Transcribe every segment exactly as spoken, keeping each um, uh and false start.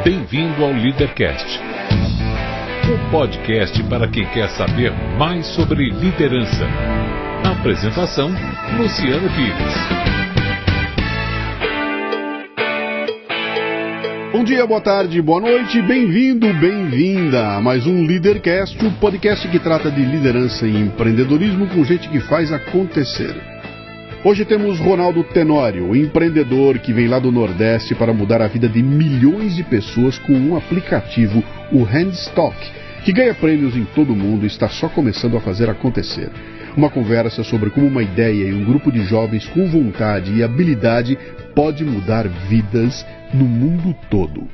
Bem-vindo ao Leadercast, o podcast para quem quer saber mais sobre liderança. Apresentação, Luciano Pires. Bom dia, boa tarde, boa noite, bem-vindo, bem-vinda a mais um Leadercast, o podcast que trata de liderança e empreendedorismo com gente que faz acontecer. Hoje temos Ronaldo Tenório, o empreendedor que vem lá do Nordeste para mudar a vida de milhões de pessoas com um aplicativo, o Handstock, que ganha prêmios em todo o mundo e está só começando a fazer acontecer. Uma conversa sobre como uma ideia e um grupo de jovens com vontade e habilidade pode mudar vidas no mundo todo.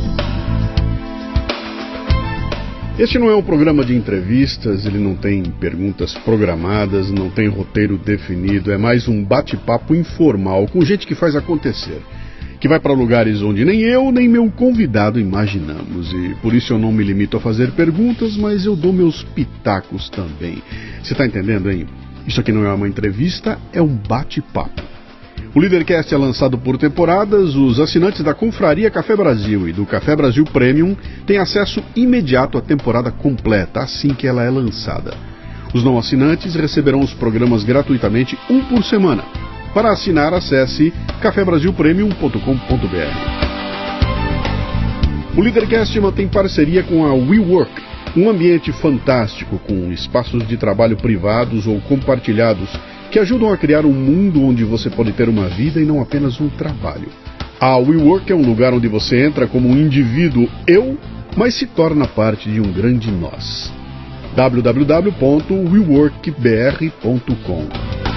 Este não é um programa de entrevistas, ele não tem perguntas programadas, não tem roteiro definido, é mais um bate-papo informal com gente que faz acontecer, que vai para lugares onde nem eu nem meu convidado imaginamos, e por isso eu não me limito a fazer perguntas, mas eu dou meus pitacos também. Você está entendendo, hein? Isso aqui não é uma entrevista, é um bate-papo. O Leadercast é lançado por temporadas. Os assinantes da Confraria Café Brasil e do Café Brasil Premium têm acesso imediato à temporada completa, assim que ela é lançada. Os não assinantes receberão os programas gratuitamente, um por semana. Para assinar, acesse café brasil premium ponto com ponto b r. O Leadercast mantém parceria com a WeWork, um ambiente fantástico com espaços de trabalho privados ou compartilhados, que ajudam a criar um mundo onde você pode ter uma vida e não apenas um trabalho. A WeWork é um lugar onde você entra como um indivíduo eu, mas se torna parte de um grande nós. w w w ponto we work b r ponto com.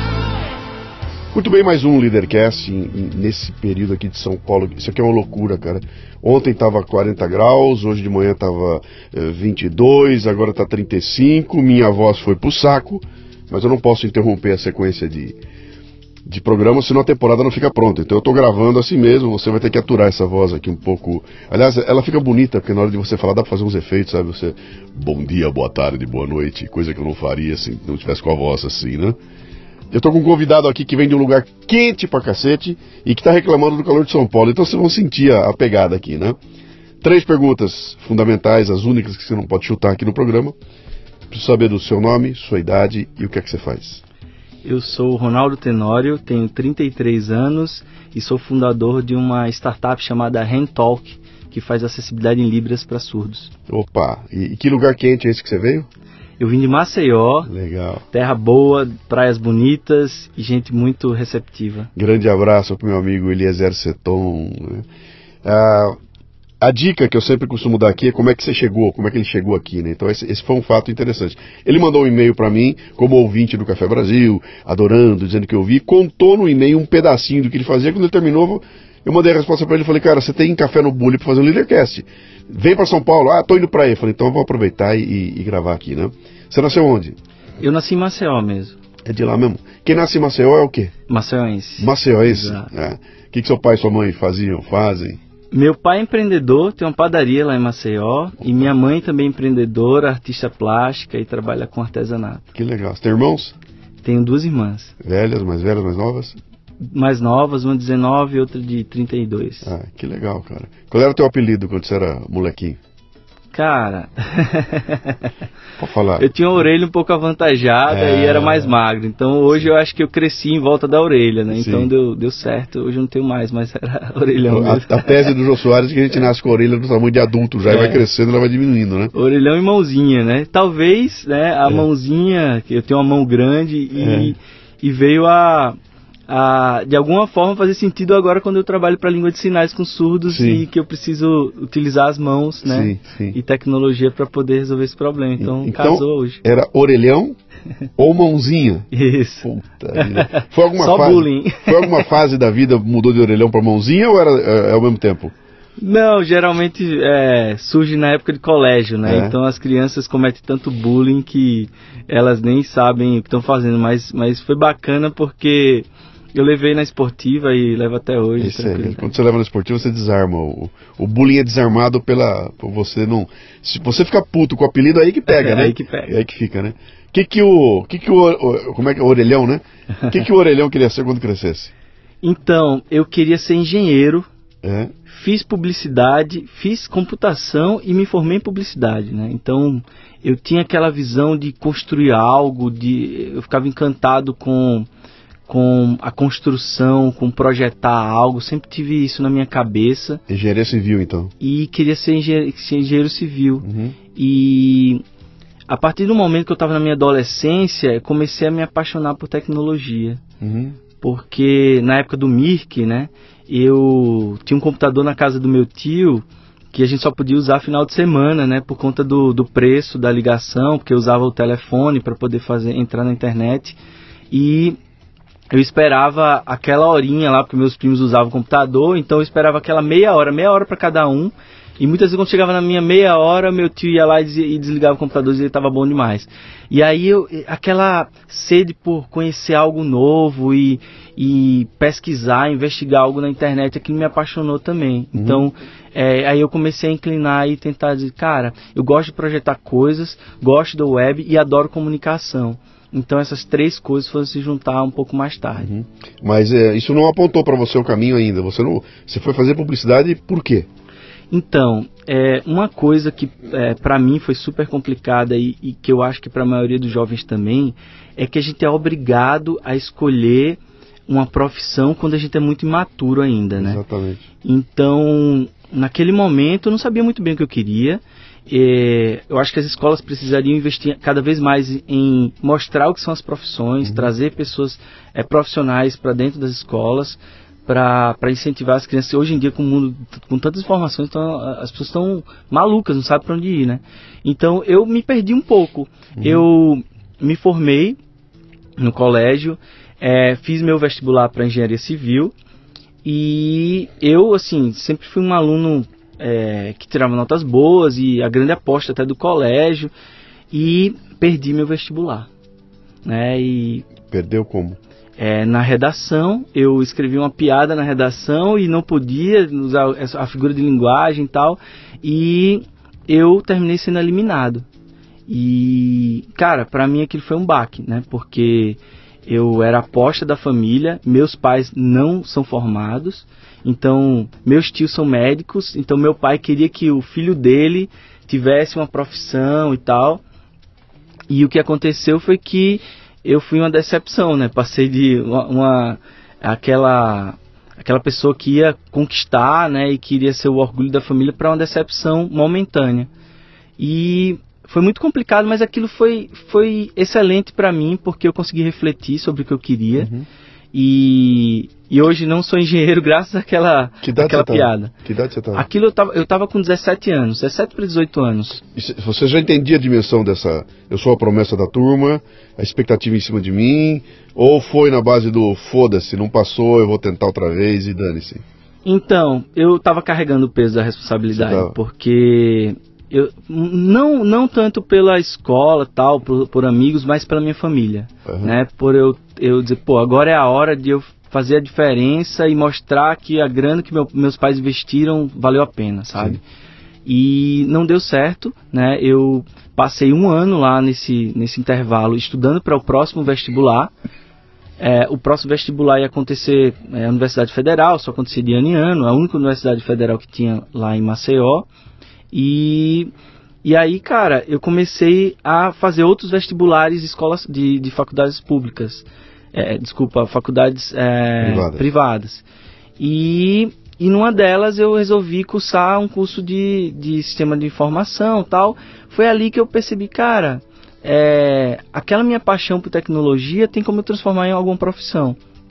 Muito bem, mais um Leadercast nesse período aqui de São Paulo. Isso aqui é uma loucura, cara. Ontem estava quarenta graus, hoje de manhã estava vinte e dois, agora está trinta e cinco, minha voz foi pro saco. Mas eu não posso interromper a sequência de, de programas, senão a temporada não fica pronta. Então eu estou gravando assim mesmo, você vai ter que aturar essa voz aqui um pouco. Aliás, ela fica bonita, porque na hora de você falar dá para fazer uns efeitos, sabe? Você, bom dia, boa tarde, boa noite, coisa que eu não faria se não tivesse com a voz assim, né? Eu estou com um convidado aqui que vem de um lugar quente pra cacete e que está reclamando do calor de São Paulo. Então vocês vão sentir a, a pegada aqui, né? Três perguntas fundamentais, as únicas que você não pode chutar aqui no programa. Preciso saber do seu nome, sua idade e o que é que você faz. Eu sou o Ronaldo Tenório, tenho trinta e três anos e sou fundador de uma startup chamada Handtalk, que faz acessibilidade em Libras para surdos. Opa, e, e que lugar quente é esse que você veio? Eu vim de Maceió. Legal. Terra boa, praias bonitas e gente muito receptiva. Grande abraço para o meu amigo Eliezer Seton. Né? Ah, A dica que eu sempre costumo dar aqui é como é que você chegou, como é que ele chegou aqui, né? Então esse, esse foi um fato interessante. Ele mandou um e-mail para mim, como ouvinte do Café Brasil, adorando, dizendo que eu vi, contou no e-mail um pedacinho do que ele fazia. Quando ele terminou, eu mandei a resposta para ele e falei, cara, você tem café no bule para fazer um Leadercast? Vem para São Paulo. Ah, tô indo para aí. Eu falei, então eu vou aproveitar e, e, e gravar aqui, né? Você nasceu onde? Eu nasci em Maceió mesmo. É de lá mesmo? Quem nasce em Maceió é o quê? Maceióense. Maceióense? É. O que, que seu pai e sua mãe faziam, fazem? Meu pai é empreendedor, tem uma padaria lá em Maceió. E minha mãe também é empreendedora, artista plástica e trabalha com artesanato. Que legal. Você tem irmãos? Tenho duas irmãs. Velhas, mais velhas, mais novas? Mais novas, uma de dezenove e outra de trinta e dois. Ah, que legal, cara. Qual era o teu apelido quando você era molequinho? Cara, pode falar. Eu tinha a orelha um pouco avantajada é... e era mais magro. Então hoje Sim. eu acho que eu cresci em volta da orelha, né? Sim. Então deu, deu certo. Hoje eu não tenho mais, mas era orelhão mesmo. A, a tese do Jô Soares é que a gente nasce com a orelha do tamanho de adulto já é. e vai crescendo, ela vai diminuindo, né? Orelhão e mãozinha, né? Talvez, né, a é. mãozinha, que eu tenho uma mão grande e, é. e veio a... Ah, de alguma forma fazer sentido agora quando eu trabalho para língua de sinais com surdos sim. e que eu preciso utilizar as mãos, né? Sim, sim. E tecnologia para poder resolver esse problema. Então, então casou hoje. Era orelhão ou mãozinha? Isso. Puta vida. Foi alguma Só fase, bullying. Foi alguma fase da vida mudou de orelhão para mãozinha ou era é, ao mesmo tempo? Não, geralmente é, surge na época de colégio, né? É. Então as crianças cometem tanto bullying que elas nem sabem o que estão fazendo, mas, mas foi bacana porque eu levei na esportiva e levo até hoje. Isso é, quando você leva na esportiva, você desarma. O, o bullying é desarmado pela, por você não... Se você ficar puto com o apelido, aí que pega, é, né? Aí que pega. É aí que fica, né? Que que o... Que que o, o como é que é? O orelhão, né? O que que o orelhão queria ser quando crescesse? Então, eu queria ser engenheiro É. Fiz publicidade, fiz computação e me formei em publicidade, né? Então, eu tinha aquela visão de construir algo, de, eu ficava encantado com, com a construção, com projetar algo, sempre tive isso na minha cabeça. Engenharia civil, então? E queria ser engenheiro, ser engenheiro civil. Uhum. E a partir do momento que eu estava na minha adolescência, eu comecei a me apaixonar por tecnologia. Uhum. Porque na época do Mirk, né, eu tinha um computador na casa do meu tio que a gente só podia usar final de semana, né, por conta do, do preço da ligação, porque eu usava o telefone para poder fazer, entrar na internet. E eu esperava aquela horinha lá, porque meus primos usavam o computador, então eu esperava aquela meia hora, meia hora para cada um. E muitas vezes quando chegava na minha meia hora, meu tio ia lá e, dizia, e desligava o computador e dizia que estava bom demais. E aí eu, aquela sede por conhecer algo novo e, e pesquisar, investigar algo na internet, aquilo me apaixonou também. Uhum. Então, é, aí eu comecei a inclinar e tentar dizer, cara, eu gosto de projetar coisas, gosto da web e adoro comunicação. Então essas três coisas foram se juntar um pouco mais tarde. Uhum. Mas é, isso não apontou para você o caminho ainda? Você, não, você foi fazer publicidade por quê? Então, é, uma coisa que é, para mim foi super complicada e, e que eu acho que para a maioria dos jovens também, é que a gente é obrigado a escolher uma profissão quando a gente é muito imaturo ainda, né? Exatamente. Então, naquele momento eu não sabia muito bem o que eu queria. É, eu acho que as escolas precisariam investir cada vez mais em mostrar o que são as profissões, uhum. trazer pessoas é, profissionais para dentro das escolas, para incentivar as crianças. Hoje em dia, com o mundo com tantas informações, então, as pessoas estão malucas, não sabem para onde ir, né? Então eu me perdi um pouco. Uhum. Eu me formei no colégio, é, fiz meu vestibular para engenharia civil e eu, assim, sempre fui um aluno é, que tirava notas boas e a grande aposta até do colégio, e perdi meu vestibular, né? E perdeu como? É, na redação, eu escrevi uma piada na redação e não podia usar a figura de linguagem e tal, e eu terminei sendo eliminado. E, cara, pra mim aquilo foi um baque, né? Porque eu era a aposta da família, meus pais não são formados, então meus tios são médicos, então meu pai queria que o filho dele tivesse uma profissão e tal, e o que aconteceu foi que eu fui uma decepção, né? Passei de uma, uma aquela aquela pessoa que ia conquistar, né, e queria ser o orgulho da família, para uma decepção momentânea. E foi muito complicado, mas aquilo foi foi excelente para mim, porque eu consegui refletir sobre o que eu queria. Uhum. E, e hoje não sou engenheiro graças àquela, àquela piada. Que idade você estava? Aquilo eu tava, eu tava com dezessete anos, dezessete para dezoito anos. E você já entendia a dimensão dessa... Eu sou a promessa da turma, a expectativa em cima de mim, ou foi na base do foda-se, não passou, eu vou tentar outra vez e dane-se? Então, eu estava carregando o peso da responsabilidade, porque... Eu, não, não tanto pela escola, tal, por, por amigos, mas pela minha família, uhum. né? Por eu, eu dizer, pô, agora é a hora de eu fazer a diferença e mostrar que a grana que meu, meus pais investiram valeu a pena, sabe? Sim. E não deu certo, né? Eu passei um ano lá nesse, nesse intervalo estudando para o próximo vestibular. É, o próximo vestibular ia acontecer na é, Universidade Federal, só acontecia de ano em ano, a única universidade federal que tinha lá em Maceió. E, e aí, cara, eu comecei a fazer outros vestibulares de escolas de, de faculdades públicas, é, desculpa, faculdades é, privadas. privadas. E, e numa delas eu resolvi cursar um curso de, de sistema de informação e tal. Foi ali que eu percebi, cara, é, aquela minha paixão por tecnologia tem como eu transformar em alguma profissão.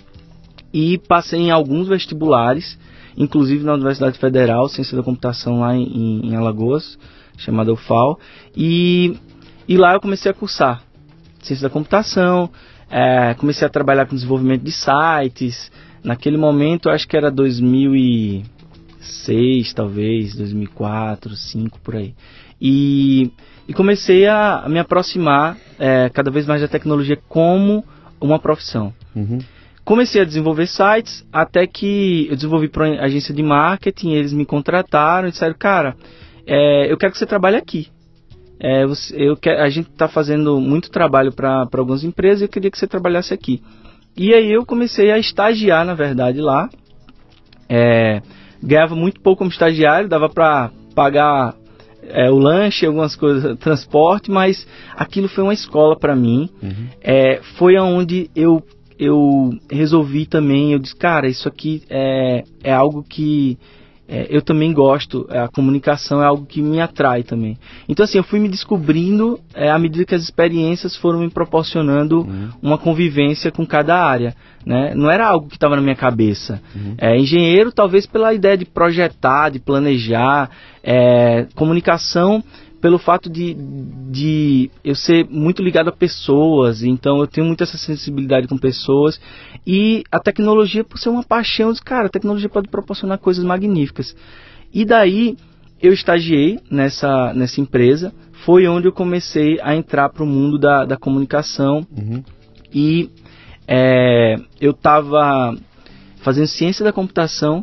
E passei em alguns vestibulares, inclusive na Universidade Federal, Ciência da Computação lá em, em Alagoas, chamada U F A L, e, e lá eu comecei a cursar Ciência da Computação, é, comecei a trabalhar com desenvolvimento de sites. Naquele momento, eu acho que era dois mil e seis, talvez, dois mil e quatro, dois mil e cinco, por aí. E, e comecei a, a me aproximar é, cada vez mais da tecnologia como uma profissão. Uhum. Comecei a desenvolver sites, até que eu desenvolvi para uma agência de marketing, eles me contrataram e disseram, cara, é, eu quero que você trabalhe aqui. É, você, eu quero, a gente está fazendo muito trabalho para algumas empresas e eu queria que você trabalhasse aqui. E aí eu comecei a estagiar, na verdade, lá. É, ganhava muito pouco como estagiário, dava para pagar é, o lanche, algumas coisas, transporte, mas aquilo foi uma escola para mim. Uhum. É, foi onde eu, eu resolvi também, eu disse, cara, isso aqui é, é algo que é, eu também gosto, a comunicação é algo que me atrai também. Então assim, eu fui me descobrindo é, à medida que as experiências foram me proporcionando uhum. uma convivência com cada área, né? Não era algo que estava na minha cabeça. Uhum. É, engenheiro, talvez pela ideia de projetar, de planejar, é, comunicação pelo fato de, de eu ser muito ligado a pessoas, então eu tenho muito essa sensibilidade com pessoas, e a tecnologia por ser uma paixão, cara, a tecnologia pode proporcionar coisas magníficas. E daí eu estagiei nessa, nessa empresa, foi onde eu comecei a entrar para o mundo da, da comunicação, uhum. e é, eu estava fazendo ciência da computação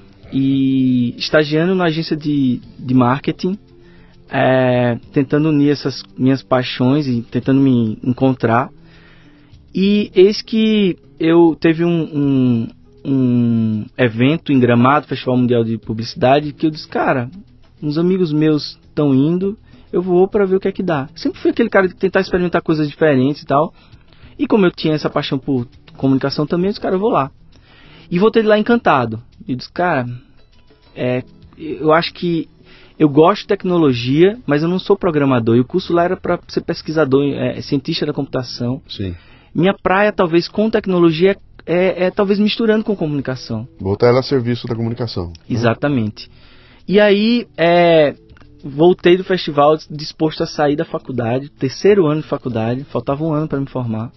e estagiando na agência de, de marketing, É, tentando unir essas minhas paixões e tentando me encontrar. E eis que eu teve um, um, um evento em Gramado, Festival Mundial de Publicidade, que eu disse, cara, uns amigos meus estão indo, eu vou para ver o que é que dá. Sempre fui aquele cara de tentar experimentar coisas diferentes e tal. E como eu tinha essa paixão por comunicação também, eu disse, cara, eu vou lá. E voltei de lá encantado. E disse, cara, é, eu acho que eu gosto de tecnologia, mas eu não sou programador. E o curso lá era para ser pesquisador, é, cientista da computação. Sim. Minha praia, talvez, com tecnologia, é, é talvez misturando com comunicação. Voltar ela a serviço da comunicação. Né? Exatamente. E aí, é, voltei do festival disposto a sair da faculdade, terceiro ano de faculdade, faltava um ano para me formar.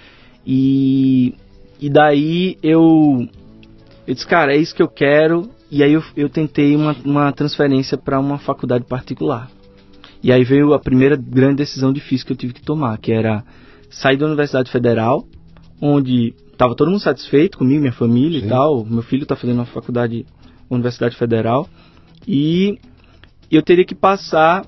E, e daí eu, eu disse, cara, é isso que eu quero. E aí eu, eu tentei uma, uma transferência para uma faculdade particular. E aí veio a primeira grande decisão difícil que eu tive que tomar, que era sair da Universidade Federal, onde estava todo mundo satisfeito comigo, minha família Sim. e tal. Meu filho está fazendo uma faculdade, Universidade Federal. E eu teria que passar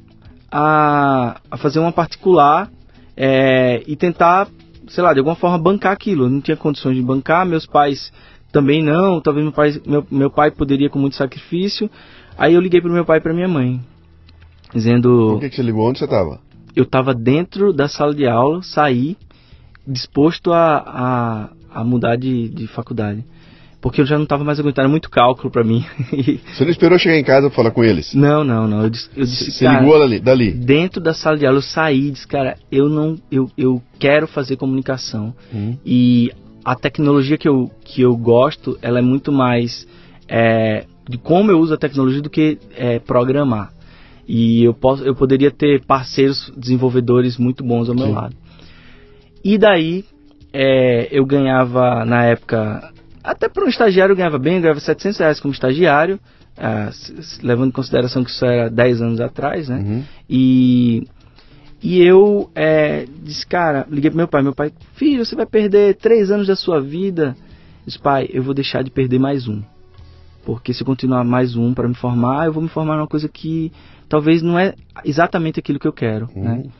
a, a fazer uma particular é, e tentar, sei lá, de alguma forma bancar aquilo. Eu não tinha condições de bancar, meus pais... também não, talvez meu pai, meu, meu pai poderia com muito sacrifício. Aí eu liguei pro meu pai e pra minha mãe, dizendo... Por que, que você ligou? Onde você estava? Eu estava dentro da sala de aula, saí, disposto a, a, a mudar de, de faculdade. Porque eu já não estava mais aguentando, era muito cálculo para mim. Você não esperou chegar em casa para falar com eles? Não, não, não. Eu disse, eu disse Você cara, ligou dali, dali? Dentro da sala de aula, eu saí e disse, cara, eu, não, eu, eu quero fazer comunicação. Hum. E... a tecnologia que eu, que eu gosto, ela é muito mais é, de como eu uso a tecnologia do que é, programar. E eu, posso, eu poderia ter parceiros desenvolvedores muito bons ao meu Sim. lado. E daí, é, eu ganhava, na época, até para um estagiário eu ganhava bem, eu ganhava setecentos reais como estagiário, é, levando em consideração que isso era dez anos atrás, né? Uhum. E... E eu é, disse, cara, liguei pro meu pai, meu pai, filho, você vai perder três anos da sua vida. Eu disse, pai, eu vou deixar de perder mais um. Porque se eu continuar mais um para me formar, eu vou me formar numa coisa que talvez não é exatamente aquilo que eu quero, uhum. né?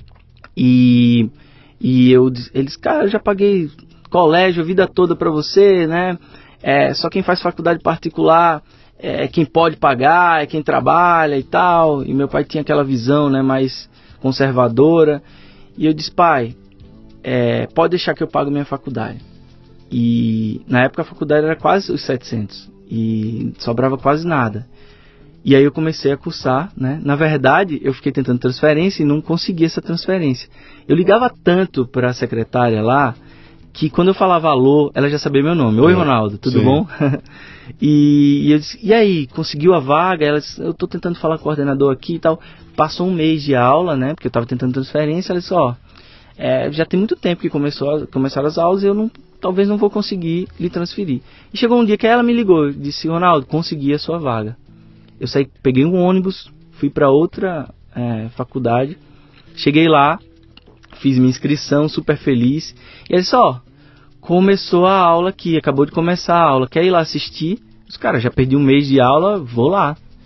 E, e eu, ele disse, cara, eu já paguei colégio a vida toda para você, né? É, só quem faz faculdade particular é quem pode pagar, é quem trabalha e tal. E meu pai tinha aquela visão, né, mais... conservadora, e eu disse, pai, é, pode deixar que eu pago minha faculdade. E na época a faculdade era quase os setecentos, e sobrava quase nada. E aí eu comecei a cursar, né? Na verdade, eu fiquei tentando transferência e não consegui essa transferência. Eu ligava tanto para a secretária lá, que quando eu falava alô, ela já sabia meu nome. Oi, Ronaldo, tudo Sim. bom? e, e eu disse, e aí, conseguiu a vaga? Ela disse, eu estou tentando falar com o coordenador aqui e tal. Passou um mês de aula, né? Porque eu estava tentando transferência. Ela disse, ó, é, já tem muito tempo que começou, começaram as aulas e eu não, talvez não vou conseguir lhe transferir. E chegou um dia que ela me ligou e disse, Ronaldo, consegui a sua vaga. Eu saí, peguei um ônibus, fui para outra é, faculdade, cheguei lá, fiz minha inscrição, super feliz. E ele disse, ó, começou a aula aqui, acabou de começar a aula, quer ir lá assistir? Os caras, já perdi um mês de aula, vou lá.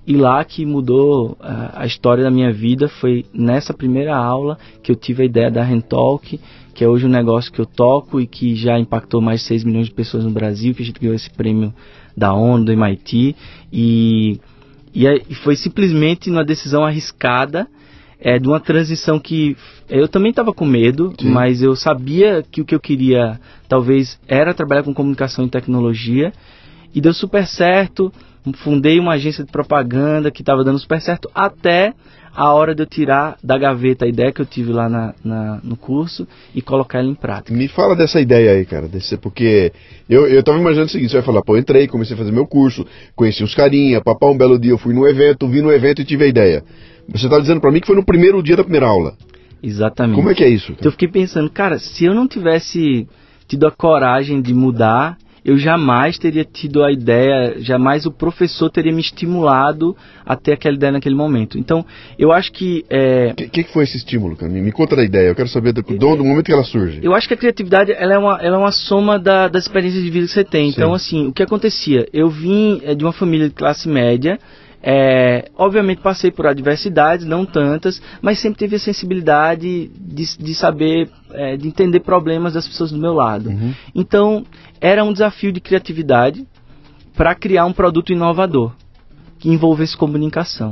e lá que mudou uh, a história da minha vida. Foi nessa primeira aula que eu tive a ideia da Rentalk, que é hoje um negócio que eu toco e que já impactou mais de seis milhões de pessoas no Brasil, que a gente ganhou esse prêmio da ONU, do M I T, e, e foi simplesmente uma decisão arriscada, é, de uma transição que eu também estava com medo, Sim. mas eu sabia que o que eu queria talvez era trabalhar com comunicação e tecnologia, e deu super certo. Fundei uma agência de propaganda que estava dando super certo, até a hora de eu tirar da gaveta a ideia que eu tive lá na, na, no curso e colocar ela em prática. Me fala dessa ideia aí, cara, desse, porque eu, eu tava imaginando o seguinte: você vai falar, pô, eu entrei, comecei a fazer meu curso, conheci uns carinha, papá, um belo dia eu fui no evento, vi no evento e tive a ideia. Você tá dizendo pra mim que foi no primeiro dia da primeira aula. Exatamente. Como é que é isso? Então eu fiquei pensando, cara, se eu não tivesse tido a coragem de mudar, eu jamais teria tido a ideia, jamais o professor teria me estimulado a ter aquela ideia naquele momento. Então, eu acho que... O é... que, que foi esse estímulo, cara? Me, me conta da ideia, eu quero saber do, do, do momento que ela surge. Eu acho que a criatividade ela é, uma, ela é uma soma da, das experiências de vida que você tem. Sim. Então, assim, o que acontecia? Eu vim é, de uma família de classe média. É, obviamente passei por adversidades, não tantas, mas sempre tive a sensibilidade de, de saber, é, de entender problemas das pessoas do meu lado. Uhum. Então, era um desafio de criatividade para criar um produto inovador que envolvesse comunicação.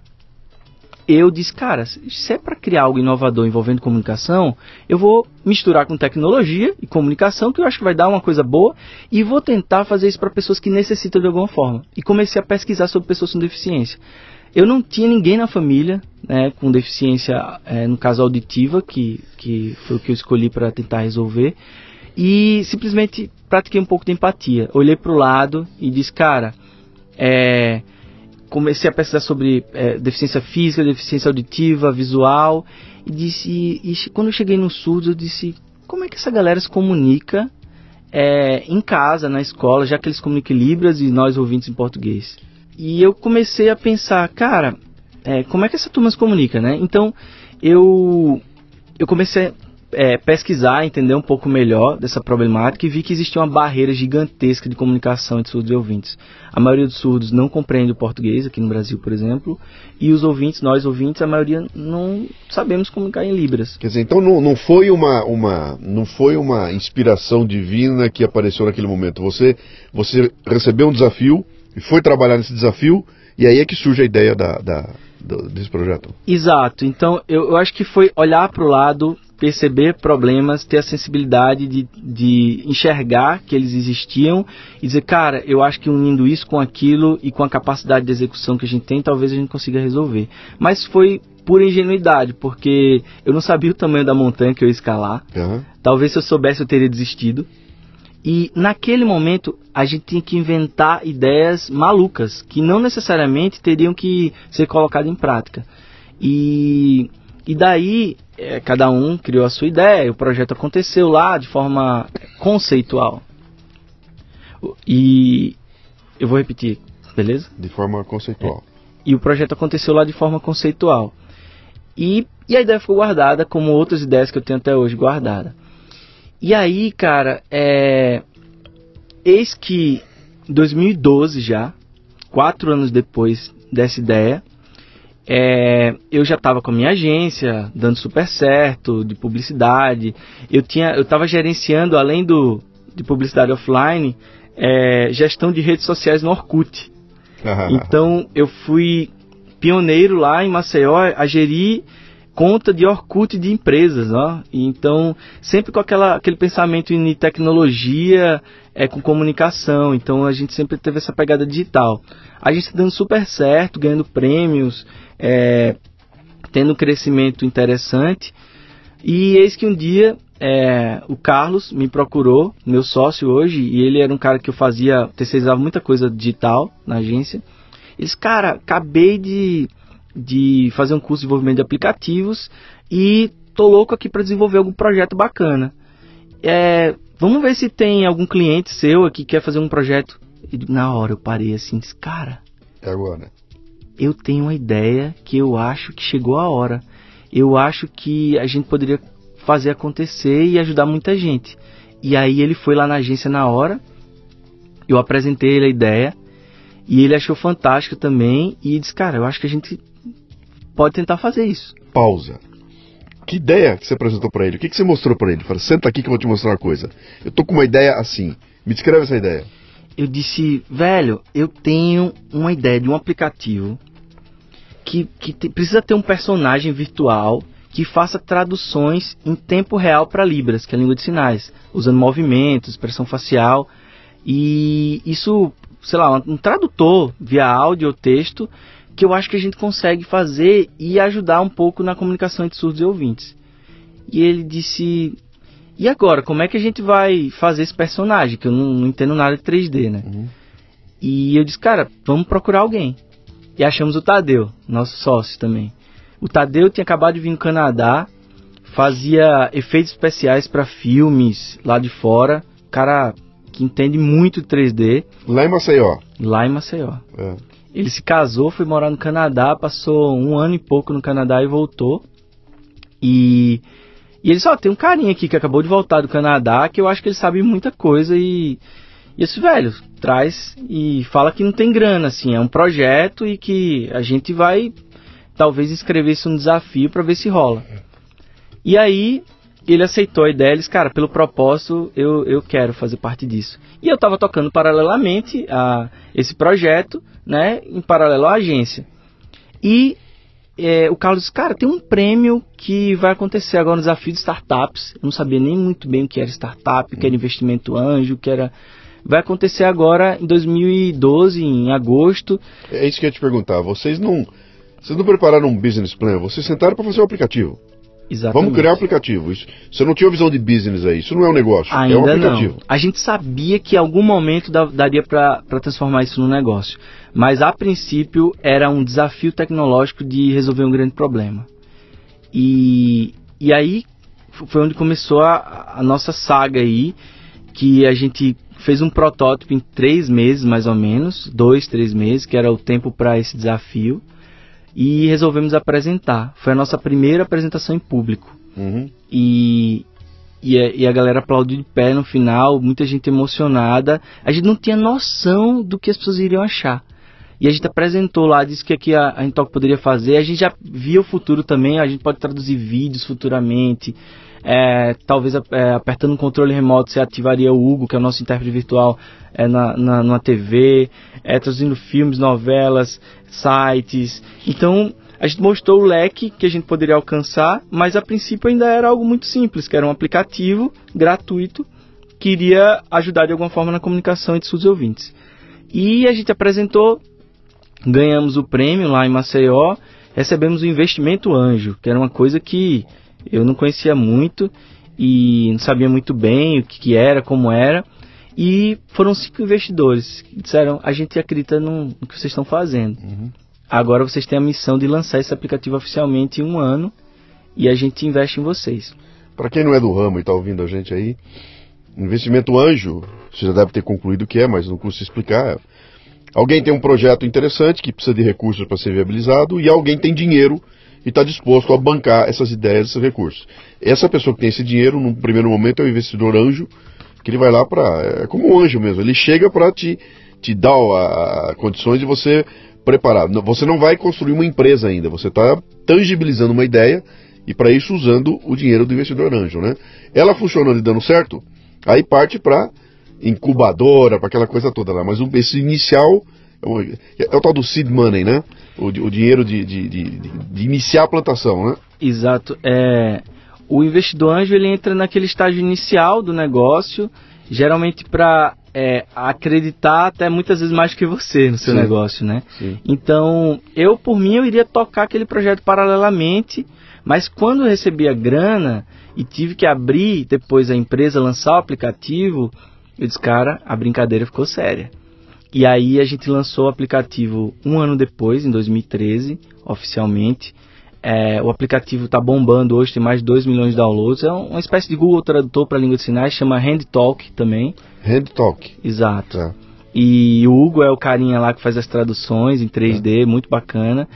Eu disse, cara, se é para criar algo inovador envolvendo comunicação, eu vou misturar com tecnologia e comunicação, que eu acho que vai dar uma coisa boa, e vou tentar fazer isso para pessoas que necessitam de alguma forma. E comecei a pesquisar sobre pessoas com deficiência. Eu não tinha ninguém na família, né, com deficiência, é, no caso auditiva, que, que foi o que eu escolhi para tentar resolver, e simplesmente pratiquei um pouco de empatia. Olhei para o lado e disse, cara, é... comecei a pesquisar sobre é, deficiência física, deficiência auditiva, visual, e disse, e, e quando eu cheguei nos surdos, eu disse, como é que essa galera se comunica é, em casa, na escola, já que eles comunicam em Libras e nós ouvintes em português? E eu comecei a pensar, cara, é, como é que essa turma se comunica, né? Então, eu, eu comecei a É, pesquisar, entender um pouco melhor dessa problemática e vi que existia uma barreira gigantesca de comunicação entre surdos e ouvintes. A maioria dos surdos não compreende o português, aqui no Brasil, por exemplo, e os ouvintes, nós ouvintes, a maioria não sabemos comunicar em Libras. Quer dizer, então não, não, foi uma, uma, não foi uma inspiração divina que apareceu naquele momento. Você, você recebeu um desafio e foi trabalhar nesse desafio, e aí é que surge a ideia da, da, do, desse projeto. Exato. Então, eu, eu acho que foi olhar para o lado, perceber problemas, ter a sensibilidade de, de enxergar que eles existiam e dizer, cara, eu acho que unindo isso com aquilo e com a capacidade de execução que a gente tem, talvez a gente consiga resolver. Mas foi pura ingenuidade, porque eu não sabia o tamanho da montanha que eu ia escalar. Uhum. Talvez se eu soubesse eu teria desistido. E naquele momento a gente tinha que inventar ideias malucas, que não necessariamente teriam que ser colocadas em prática. E... E daí, é, cada um criou a sua ideia, o projeto aconteceu lá de forma conceitual. E eu vou repetir, beleza? De forma conceitual. É, e o projeto aconteceu lá de forma conceitual. E, e a ideia ficou guardada, como outras ideias que eu tenho até hoje guardada. E aí, cara, é, eis que em dois mil e doze já, quatro anos depois dessa ideia, É, eu já estava com a minha agência, dando super certo, de publicidade. Eu tinha, eu estava gerenciando, além do, de publicidade offline, é, gestão de redes sociais no Orkut. Uhum. Então, eu fui pioneiro lá em Maceió a gerir conta de Orkut de empresas, ó. Então, sempre com aquela, aquele pensamento em tecnologia, é, com comunicação. Então, a gente sempre teve essa pegada digital. A gente está dando super certo, ganhando prêmios, é, tendo um crescimento interessante. E eis que um dia é, o Carlos me procurou, meu sócio hoje, e ele era um cara que eu fazia, terceirizava muita coisa digital na agência. Ele disse, cara, acabei de... de fazer um curso de desenvolvimento de aplicativos e tô louco aqui para desenvolver algum projeto bacana. É, vamos ver se tem algum cliente seu aqui que quer fazer um projeto. E na hora eu parei assim, disse, cara, é agora. Eu tenho uma ideia que eu acho que chegou a hora. Eu acho que a gente poderia fazer acontecer e ajudar muita gente. E aí ele foi lá na agência na hora, eu apresentei ele a ideia. E ele achou fantástico também e disse, cara, eu acho que a gente pode tentar fazer isso. Pausa. Que ideia que você apresentou para ele? O que, que você mostrou para ele? Fala, senta aqui que eu vou te mostrar uma coisa. Eu tô com uma ideia assim. Me descreve essa ideia. Eu disse, velho, eu tenho uma ideia de um aplicativo que, que te, precisa ter um personagem virtual que faça traduções em tempo real para Libras, que é a língua de sinais, usando movimentos, expressão facial. E isso, sei lá, um tradutor via áudio ou texto, que eu acho que a gente consegue fazer e ajudar um pouco na comunicação entre surdos e ouvintes. E ele disse, e agora, como é que a gente vai fazer esse personagem? Que eu não, não entendo nada de três D, né? Uhum. E eu disse, cara, vamos procurar alguém. E achamos o Tadeu, nosso sócio também. O Tadeu tinha acabado de vir no Canadá, fazia efeitos especiais para filmes lá de fora, cara que entende muito de três D. Lá em Maceió. Lá em Maceió. É. Ele se casou, foi morar no Canadá, passou um ano e pouco no Canadá e voltou. E, e ele só tem um carinha aqui que acabou de voltar do Canadá, que eu acho que ele sabe muita coisa. E, e esse velho traz e fala que não tem grana, assim, é um projeto e que a gente vai talvez inscrever-se um desafio para ver se rola. E aí ele aceitou a ideia, ele disse, cara, pelo propósito eu, eu quero fazer parte disso. E eu estava tocando paralelamente a esse projeto, né, em paralelo à agência. E é, o Carlos disse, cara, tem um prêmio que vai acontecer agora no desafio de startups. Eu não sabia nem muito bem o que era startup, o que era investimento anjo, o que era... Vai acontecer agora em dois mil e doze, em agosto. É isso que eu ia te perguntar. Vocês não, vocês não prepararam um business plan, vocês sentaram para fazer um aplicativo. Exatamente. Vamos criar um aplicativo. Isso, você não tinha visão de business aí. Isso não é um negócio, ainda é um aplicativo. Não. A gente sabia que em algum momento da, daria para transformar isso num negócio. Mas a princípio era um desafio tecnológico de resolver um grande problema. E, e aí foi onde começou a, a nossa saga aí, que a gente fez um protótipo em três meses mais ou menos, dois, três meses, que era o tempo para esse desafio. E resolvemos apresentar. Foi a nossa primeira apresentação em público. Uhum. E, e, a, e a galera aplaudiu de pé no final, muita gente emocionada. A gente não tinha noção do que as pessoas iriam achar. E a gente apresentou lá, disse que aqui a, a Intalk poderia fazer. A gente já via o futuro também, a gente pode traduzir vídeos futuramente. É, talvez é, apertando um controle remoto você ativaria o Hugo, que é o nosso intérprete virtual, é, na, na, numa T V, é, traduzindo filmes, novelas, sites. Então a gente mostrou o leque que a gente poderia alcançar, mas a princípio ainda era algo muito simples, que era um aplicativo gratuito que iria ajudar de alguma forma na comunicação entre os ouvintes. E a gente apresentou, ganhamos o prêmio lá em Maceió, recebemos o investimento anjo, que era uma coisa que eu não conhecia muito e não sabia muito bem o que, que era, como era. E foram cinco investidores que disseram, a gente acredita no, no que vocês estão fazendo. Uhum. Agora vocês têm a missão de lançar esse aplicativo oficialmente em um ano e a gente investe em vocês. Para quem não é do ramo e está ouvindo a gente aí, investimento anjo, você já deve ter concluído o que é, mas não custa explicar. Alguém tem um projeto interessante que precisa de recursos para ser viabilizado e alguém tem dinheiro e está disposto a bancar essas ideias, esses recursos. Essa pessoa que tem esse dinheiro, no primeiro momento, é o investidor anjo, que ele vai lá para... É como um anjo mesmo, ele chega para te, te dar a, a condições de você preparar. Você não vai construir uma empresa ainda, você está tangibilizando uma ideia e para isso usando o dinheiro do investidor anjo, né? Ela funcionando e dando certo, aí parte para incubadora, para aquela coisa toda lá. Mas esse inicial é o tal do seed money, né? O, o dinheiro de, de, de, de iniciar a plantação, né? Exato. É, o investidor anjo ele entra naquele estágio inicial do negócio, geralmente para é, acreditar até muitas vezes mais que você no seu Sim. negócio, né? Sim. Então, eu por mim eu iria tocar aquele projeto paralelamente, mas quando eu recebi a grana e tive que abrir depois a empresa, lançar o aplicativo, eu disse, cara, a brincadeira ficou séria. E aí a gente lançou o aplicativo um ano depois, em dois mil e treze, oficialmente. É, o aplicativo está bombando hoje, tem mais de dois milhões de downloads. É uma espécie de Google Tradutor para língua de sinais, chama HandTalk também. HandTalk. Exato. É. E o Hugo é o carinha lá que faz as traduções em três D, é. muito bacana.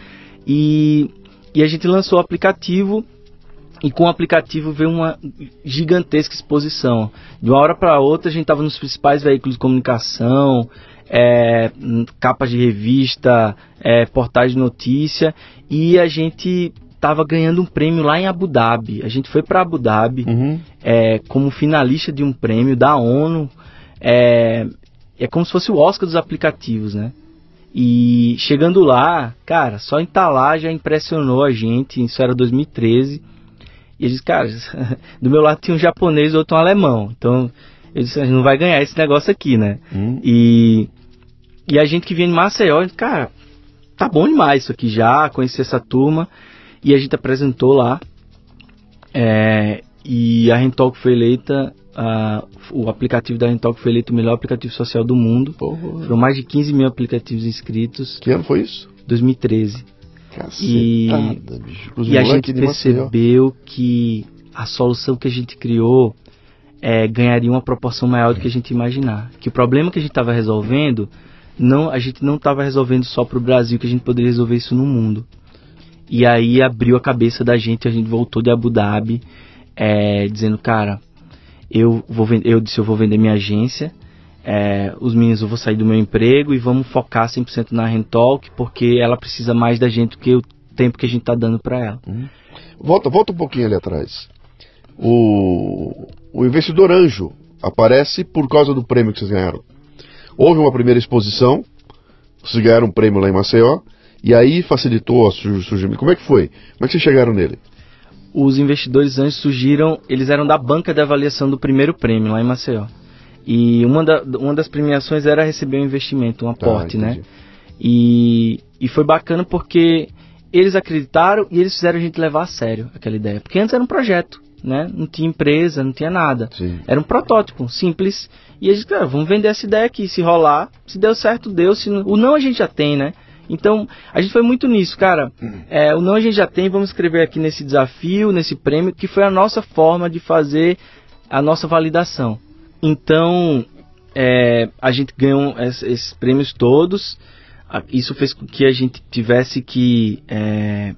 E, e a gente lançou o aplicativo. E com o aplicativo veio uma gigantesca exposição. De uma hora para outra a gente estava nos principais veículos de comunicação, é, capas de revista, é, portais de notícia, e a gente estava ganhando um prêmio lá em Abu Dhabi. A gente foi para Abu Dhabi uhum. é, como finalista de um prêmio da ONU. É, é como se fosse o Oscar dos aplicativos, né? E chegando lá, cara, só em estar lá já impressionou a gente. Isso era dois mil e treze. E eu disse, cara, do meu lado tinha um japonês e outro um alemão. Então, eu disse, a gente não vai ganhar esse negócio aqui, né? Hum. E, e a gente que vinha de Maceió, disse, cara, tá bom demais isso aqui já, conheci essa turma. E a gente apresentou lá. É, e a Rentalk foi eleita, uh, o aplicativo da Rentalk foi eleito o melhor aplicativo social do mundo. Porra. Foram mais de quinze mil aplicativos inscritos. Que ano foi isso? dois mil e treze. E, e a gente percebeu que a solução que a gente criou é, ganharia uma proporção maior do que a gente imaginar. Que o problema que a gente estava resolvendo, não, a gente não estava resolvendo só para o Brasil, que a gente poderia resolver isso no mundo. E aí abriu a cabeça da gente, a gente voltou de Abu Dhabi, é, dizendo, cara, eu, vou vender, eu disse, eu vou vender minha agência, é, os meninos, eu vou sair do meu emprego e vamos focar cem por cento na Rentalk, porque ela precisa mais da gente do que o tempo que a gente está dando para ela. Uhum. Volta, volta um pouquinho ali atrás. O, o investidor anjo aparece por causa do prêmio que vocês ganharam. Houve uma primeira exposição, vocês ganharam um prêmio lá em Maceió, e aí facilitou o surgimento. Como é que foi? Como é que vocês chegaram nele? Os investidores anjos surgiram, eles eram da banca de avaliação do primeiro prêmio lá em Maceió. E uma, da, uma das premiações era receber um investimento, um aporte, ah, né? E, e foi bacana porque eles acreditaram e eles fizeram a gente levar a sério aquela ideia. Porque antes era um projeto, né? Não tinha empresa, não tinha nada. Sim. Era um protótipo simples. E a gente, cara, vamos vender essa ideia aqui. Se rolar, se deu certo, deu. Se não, o não a gente já tem, né? Então, a gente foi muito nisso, cara. É, o não a gente já tem, vamos escrever aqui nesse desafio, nesse prêmio, que foi a nossa forma de fazer a nossa validação. Então, é, a gente ganhou esses, esses prêmios todos. Isso fez com que a gente tivesse que é,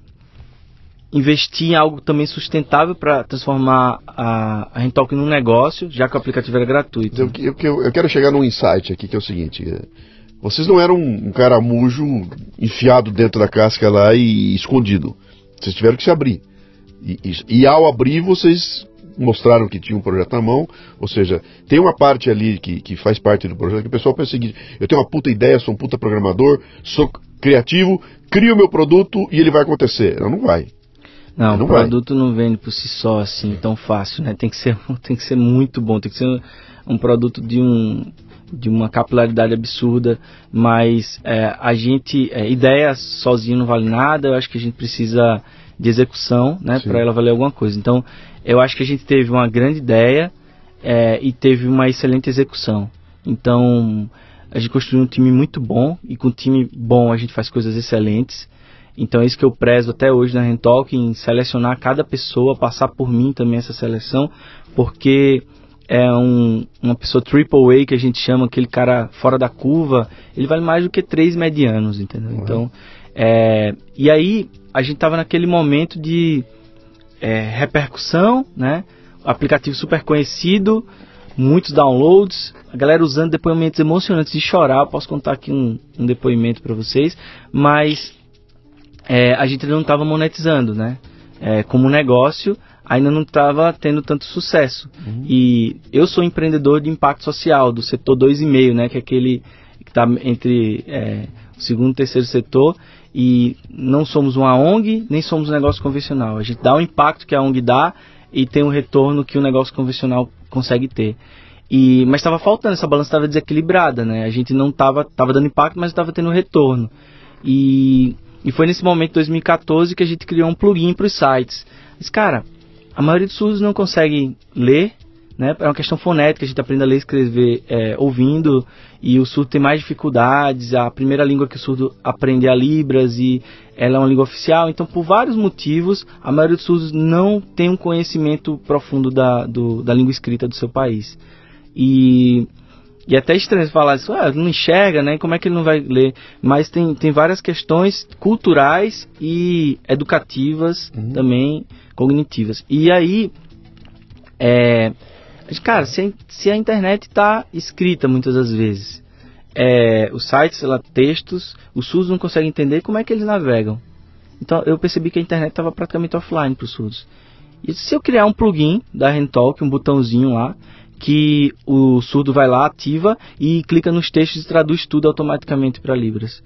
investir em algo também sustentável para transformar a, a Rentalk num negócio, já que o aplicativo era gratuito. Eu, eu, eu, eu quero chegar num insight aqui, que é o seguinte: vocês não eram um, um caramujo enfiado dentro da casca lá e escondido. Vocês tiveram que se abrir. E, e, e ao abrir, vocês mostraram que tinha um projeto na mão, ou seja, tem uma parte ali que, que faz parte do projeto, que o pessoal pensa o seguinte: eu tenho uma puta ideia, sou um puta programador, sou criativo, crio o meu produto e ele vai acontecer. Não, não vai. Não, não o produto vai. Não vende por si só assim, tão fácil, né? Tem que ser, tem que ser muito bom, tem que ser um, um produto de, um, de uma capilaridade absurda, mas é, a gente, é, ideia sozinho não vale nada, eu acho que a gente precisa de execução, né, para ela valer alguma coisa. Então, eu acho que a gente teve uma grande ideia é, e teve uma excelente execução. Então, a gente construiu um time muito bom, e com um time bom a gente faz coisas excelentes. Então, é isso que eu prezo até hoje na Rentalk, em selecionar cada pessoa, passar por mim também essa seleção, porque é um, uma pessoa triple A, que a gente chama, aquele cara fora da curva, ele vale mais do que três medianos, entendeu? Uhum. Então, é, e aí a gente estava naquele momento de é, repercussão, né? O aplicativo super conhecido, muitos downloads, a galera usando depoimentos emocionantes de chorar. Eu posso contar aqui um, um depoimento para vocês, mas é, a gente não estava monetizando, né? É, como negócio, ainda não estava tendo tanto sucesso. Uhum. E eu sou empreendedor de impacto social, do setor dois e meio, né? Que é aquele que está entre é, o segundo e o terceiro setor. E não somos uma O N G, nem somos um negócio convencional. A gente dá o impacto que a O N G dá e tem um retorno que o negócio convencional consegue ter. E, mas estava faltando, essa balança estava desequilibrada, né? A gente não estava tava dando impacto, mas estava tendo retorno. E, e foi nesse momento, dois mil e quatorze, que a gente criou um plugin para os sites. Mas, cara, a maioria dos surdos não consegue ler, né? É uma questão fonética, a gente aprende a ler e escrever é, ouvindo, e o surdo tem mais dificuldades. A primeira língua que o surdo aprende é a Libras, e ela é uma língua oficial. Então, por vários motivos, a maioria dos surdos não tem um conhecimento profundo da, do, da língua escrita do seu país. E, e é até estranho falar isso, ah, não enxerga, né? Como é que ele não vai ler? Mas tem, tem várias questões culturais e educativas, uhum. também cognitivas. E aí, é... cara, se a, se a internet está escrita muitas das vezes, é, os sites, lá, textos, os surdos não conseguem entender como é que eles navegam. Então eu percebi que a internet estava praticamente offline para os surdos. E se eu criar um plugin da Rentalk, um botãozinho lá, que o surdo vai lá, ativa e clica nos textos e traduz tudo automaticamente para Libras.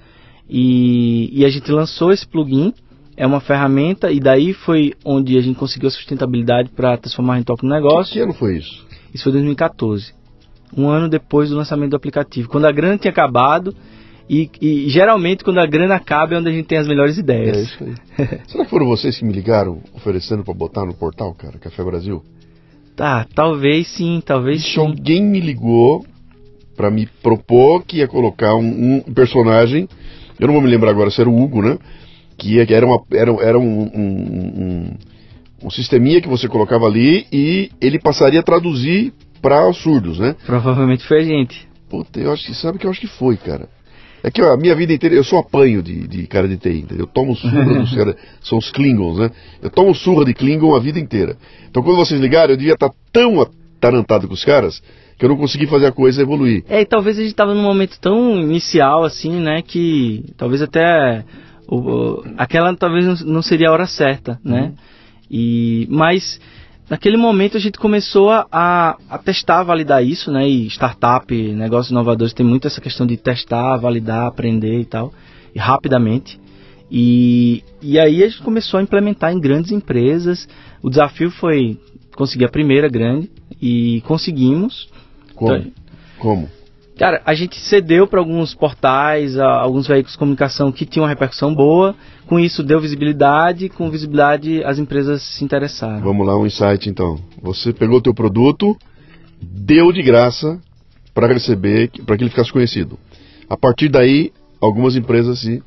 E, e a gente lançou esse plugin, é uma ferramenta, e daí foi onde a gente conseguiu a sustentabilidade para transformar a Rentalk no negócio. Que ano foi isso? Isso foi em dois mil e quatorze, um ano depois do lançamento do aplicativo, quando a grana tinha acabado. E, e geralmente quando a grana acaba é onde a gente tem as melhores ideias. É isso aí. Será que foram vocês que me ligaram oferecendo para botar no portal, cara, Café Brasil? Tá, talvez sim, talvez Ixi, sim. Alguém me ligou para me propor que ia colocar um, um personagem, eu não vou me lembrar agora se era o Hugo, né? Que era, uma, era, era um, um, um, um sisteminha que você colocava ali e ele passaria a traduzir para os surdos, né? Provavelmente foi a gente. Puta, eu acho que, sabe que eu acho que foi, cara. É que ó, a minha vida inteira, eu sou apanho de, de cara de T I, entendeu? Eu tomo surra dos caras, são os Klingons, né? Eu tomo surra de Klingon a vida inteira. Então quando vocês ligaram, eu devia estar tão atarantado com os caras, que eu não consegui fazer a coisa evoluir. É, e talvez a gente estava num momento tão inicial, assim, né, que talvez até, o, o, aquela talvez não, não seria a hora certa, né? Uhum. E, mas... Naquele momento a gente começou a, a, a testar, validar isso, né? E startup, negócios inovadores, tem muito essa questão de testar, validar, aprender e tal, e rapidamente. E, e aí a gente começou a implementar em grandes empresas. O desafio foi conseguir a primeira grande e conseguimos. Como? Então, Como? Cara, a gente cedeu para alguns portais, a, alguns veículos de comunicação que tinham uma repercussão boa. Com isso deu visibilidade, com visibilidade as empresas se interessaram. Vamos lá, um insight então. Você pegou o teu produto, deu de graça para receber, para que ele ficasse conhecido. A partir daí, algumas empresas se,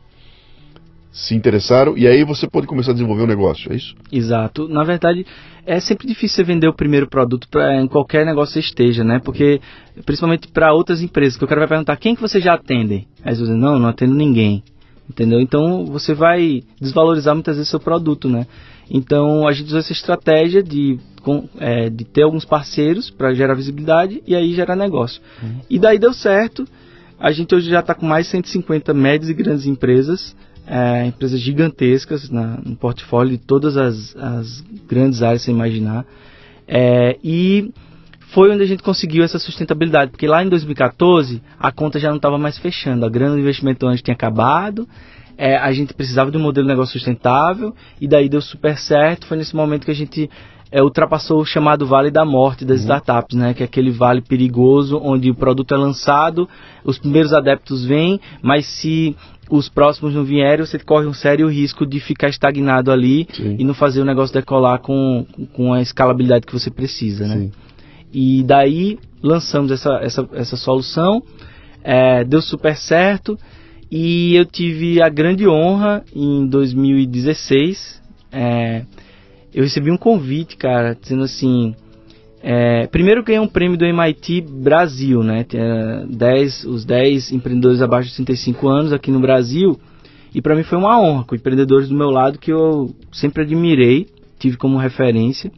se interessaram e aí você pode começar a desenvolver um negócio, é isso? Exato. Na verdade, é sempre difícil você vender o primeiro produto pra, em qualquer negócio que você esteja, né? Porque, principalmente para outras empresas, que o cara vai perguntar, quem que você já atende? Aí você diz, não, não atendo ninguém. Entendeu? Então você vai desvalorizar muitas vezes seu produto, né? Então a gente usou essa estratégia de, com, é, de ter alguns parceiros para gerar visibilidade e aí gerar negócio. Uhum. E daí deu certo. A gente hoje já está com mais de cento e cinquenta médias e grandes empresas, é, empresas gigantescas na, no portfólio de todas as, as grandes áreas, sem imaginar. É, e foi onde a gente conseguiu essa sustentabilidade, porque lá em dois mil e quatorze a conta já não estava mais fechando, a grana do investimento antes tinha acabado, é, a gente precisava de um modelo de negócio sustentável, e daí deu super certo. Foi nesse momento que a gente é, ultrapassou o chamado Vale da Morte das uhum. startups, né, que é aquele vale perigoso, onde o produto é lançado, os primeiros adeptos vêm, mas se os próximos não vierem, você corre um sério risco de ficar estagnado ali. Sim. E não fazer o negócio decolar com, com a escalabilidade que você precisa, né? Sim. E daí lançamos essa, essa, essa solução, é, deu super certo e eu tive a grande honra em dois mil e dezesseis, é, eu recebi um convite, cara, dizendo assim, é, primeiro ganhei um prêmio do M I T Brasil, né, dez, os dez empreendedores abaixo de trinta e cinco anos aqui no Brasil, e para mim foi uma honra, com empreendedores do meu lado que eu sempre admirei, tive como referência,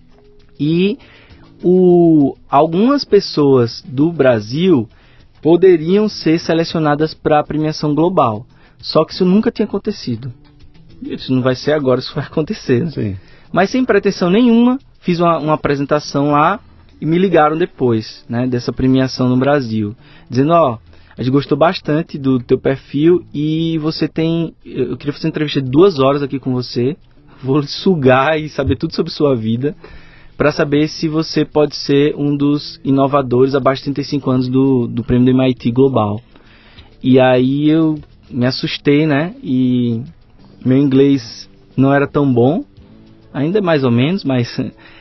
e O, algumas pessoas do Brasil poderiam ser selecionadas para a premiação global. Só que isso nunca tinha acontecido. Isso não vai ser agora, isso vai acontecer. Né? Sim. Mas sem pretensão nenhuma, fiz uma, uma apresentação lá e me ligaram depois, né, dessa premiação no Brasil. Dizendo, ó, a gente gostou bastante do teu perfil e você tem... Eu queria fazer uma entrevista de duas horas aqui com você. Vou sugar e saber tudo sobre sua vida, para saber se você pode ser um dos inovadores abaixo de trinta e cinco anos do, do prêmio do M I T Global. E aí eu me assustei, né? E meu inglês não era tão bom, ainda mais ou menos, mas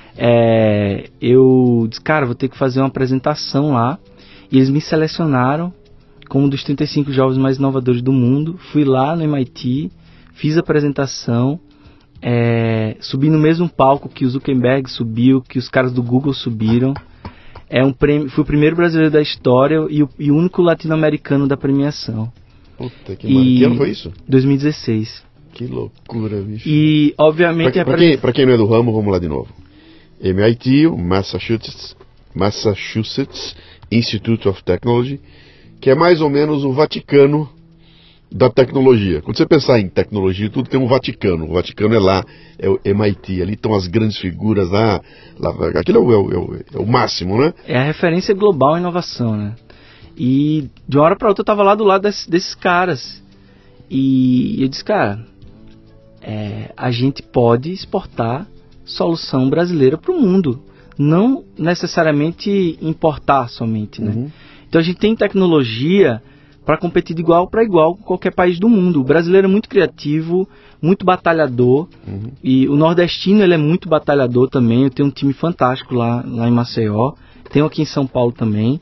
é, eu disse, cara, vou ter que fazer uma apresentação lá. E eles me selecionaram como um dos trinta e cinco jovens mais inovadores do mundo. Fui lá no M I T, fiz a apresentação. É, subi no mesmo palco que o Zuckerberg subiu, que os caras do Google subiram. É um prêmio, fui o primeiro brasileiro da história e o, e o único latino-americano da premiação. Puta que maravilha. Que ano foi isso? dois mil e dezesseis. Que loucura, bicho. E, obviamente... Pra, pra, quem, pra quem não é do ramo, vamos lá de novo. M I T, o Massachusetts, Massachusetts Institute of Technology, que é mais ou menos o Vaticano da tecnologia. Quando você pensar em tecnologia, tudo tem um Vaticano. O Vaticano é lá, é o M I T, ali estão as grandes figuras lá, lá aquilo é o, é, o, é o máximo, né? É a referência global em inovação, né? E de uma hora para outra eu estava lá do lado desse, desses caras. E eu disse, cara, é, a gente pode exportar solução brasileira para o mundo, não necessariamente importar somente, né? Uhum. Então a gente tem tecnologia para competir de igual para igual com qualquer país do mundo. O brasileiro é muito criativo, muito batalhador, uhum. e o nordestino ele é muito batalhador também. Eu tenho um time fantástico lá, lá em Maceió, tenho aqui em São Paulo também,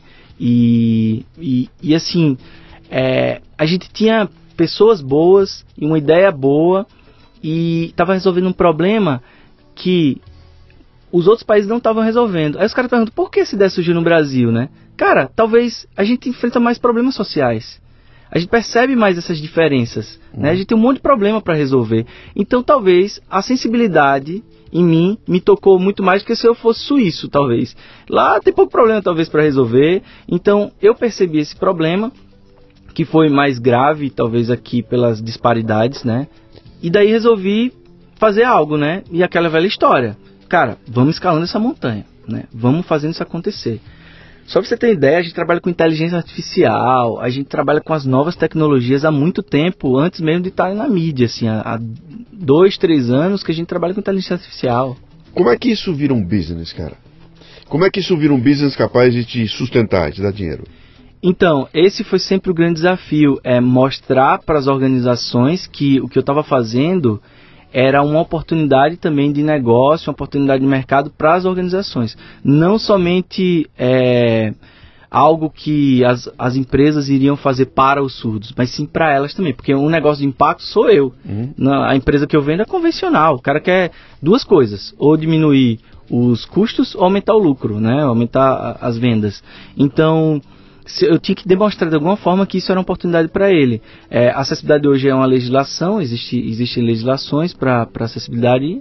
e, e, e assim, é, a gente tinha pessoas boas e uma ideia boa e estava resolvendo um problema que os outros países não estavam resolvendo. Aí os caras perguntam, por que essa ideia surgiu no Brasil, né? Cara, talvez a gente enfrenta mais problemas sociais. A gente percebe mais essas diferenças, uhum. né? A gente tem um monte de problema para resolver. Então, talvez, a sensibilidade em mim me tocou muito mais do que se eu fosse suíço, talvez. Lá tem pouco problema, talvez, para resolver. Então, eu percebi esse problema, que foi mais grave, talvez, aqui pelas disparidades, né? E daí resolvi fazer algo, né? E aquela velha história. Cara, vamos escalando essa montanha, né? Vamos fazendo isso acontecer. Só pra você ter ideia, a gente trabalha com inteligência artificial, a gente trabalha com as novas tecnologias há muito tempo, antes mesmo de estar na mídia, assim, há dois, três anos que a gente trabalha com inteligência artificial. Como é que isso vira um business, cara? Como é que isso vira um business capaz de te sustentar, de te dar dinheiro? Então, esse foi sempre o grande desafio, é mostrar para as organizações que o que eu estava fazendo era uma oportunidade também de negócio, uma oportunidade de mercado para as organizações. Não somente é, algo que as, as empresas iriam fazer para os surdos, mas sim para elas também, porque um negócio de impacto sou eu. Uhum. Na, a empresa que eu vendo é convencional, o cara quer duas coisas, ou diminuir os custos ou aumentar o lucro, né? Aumentar as vendas. Então, eu tinha que demonstrar de alguma forma que isso era uma oportunidade para ele. É, a acessibilidade hoje é uma legislação, existe, existem legislações para acessibilidade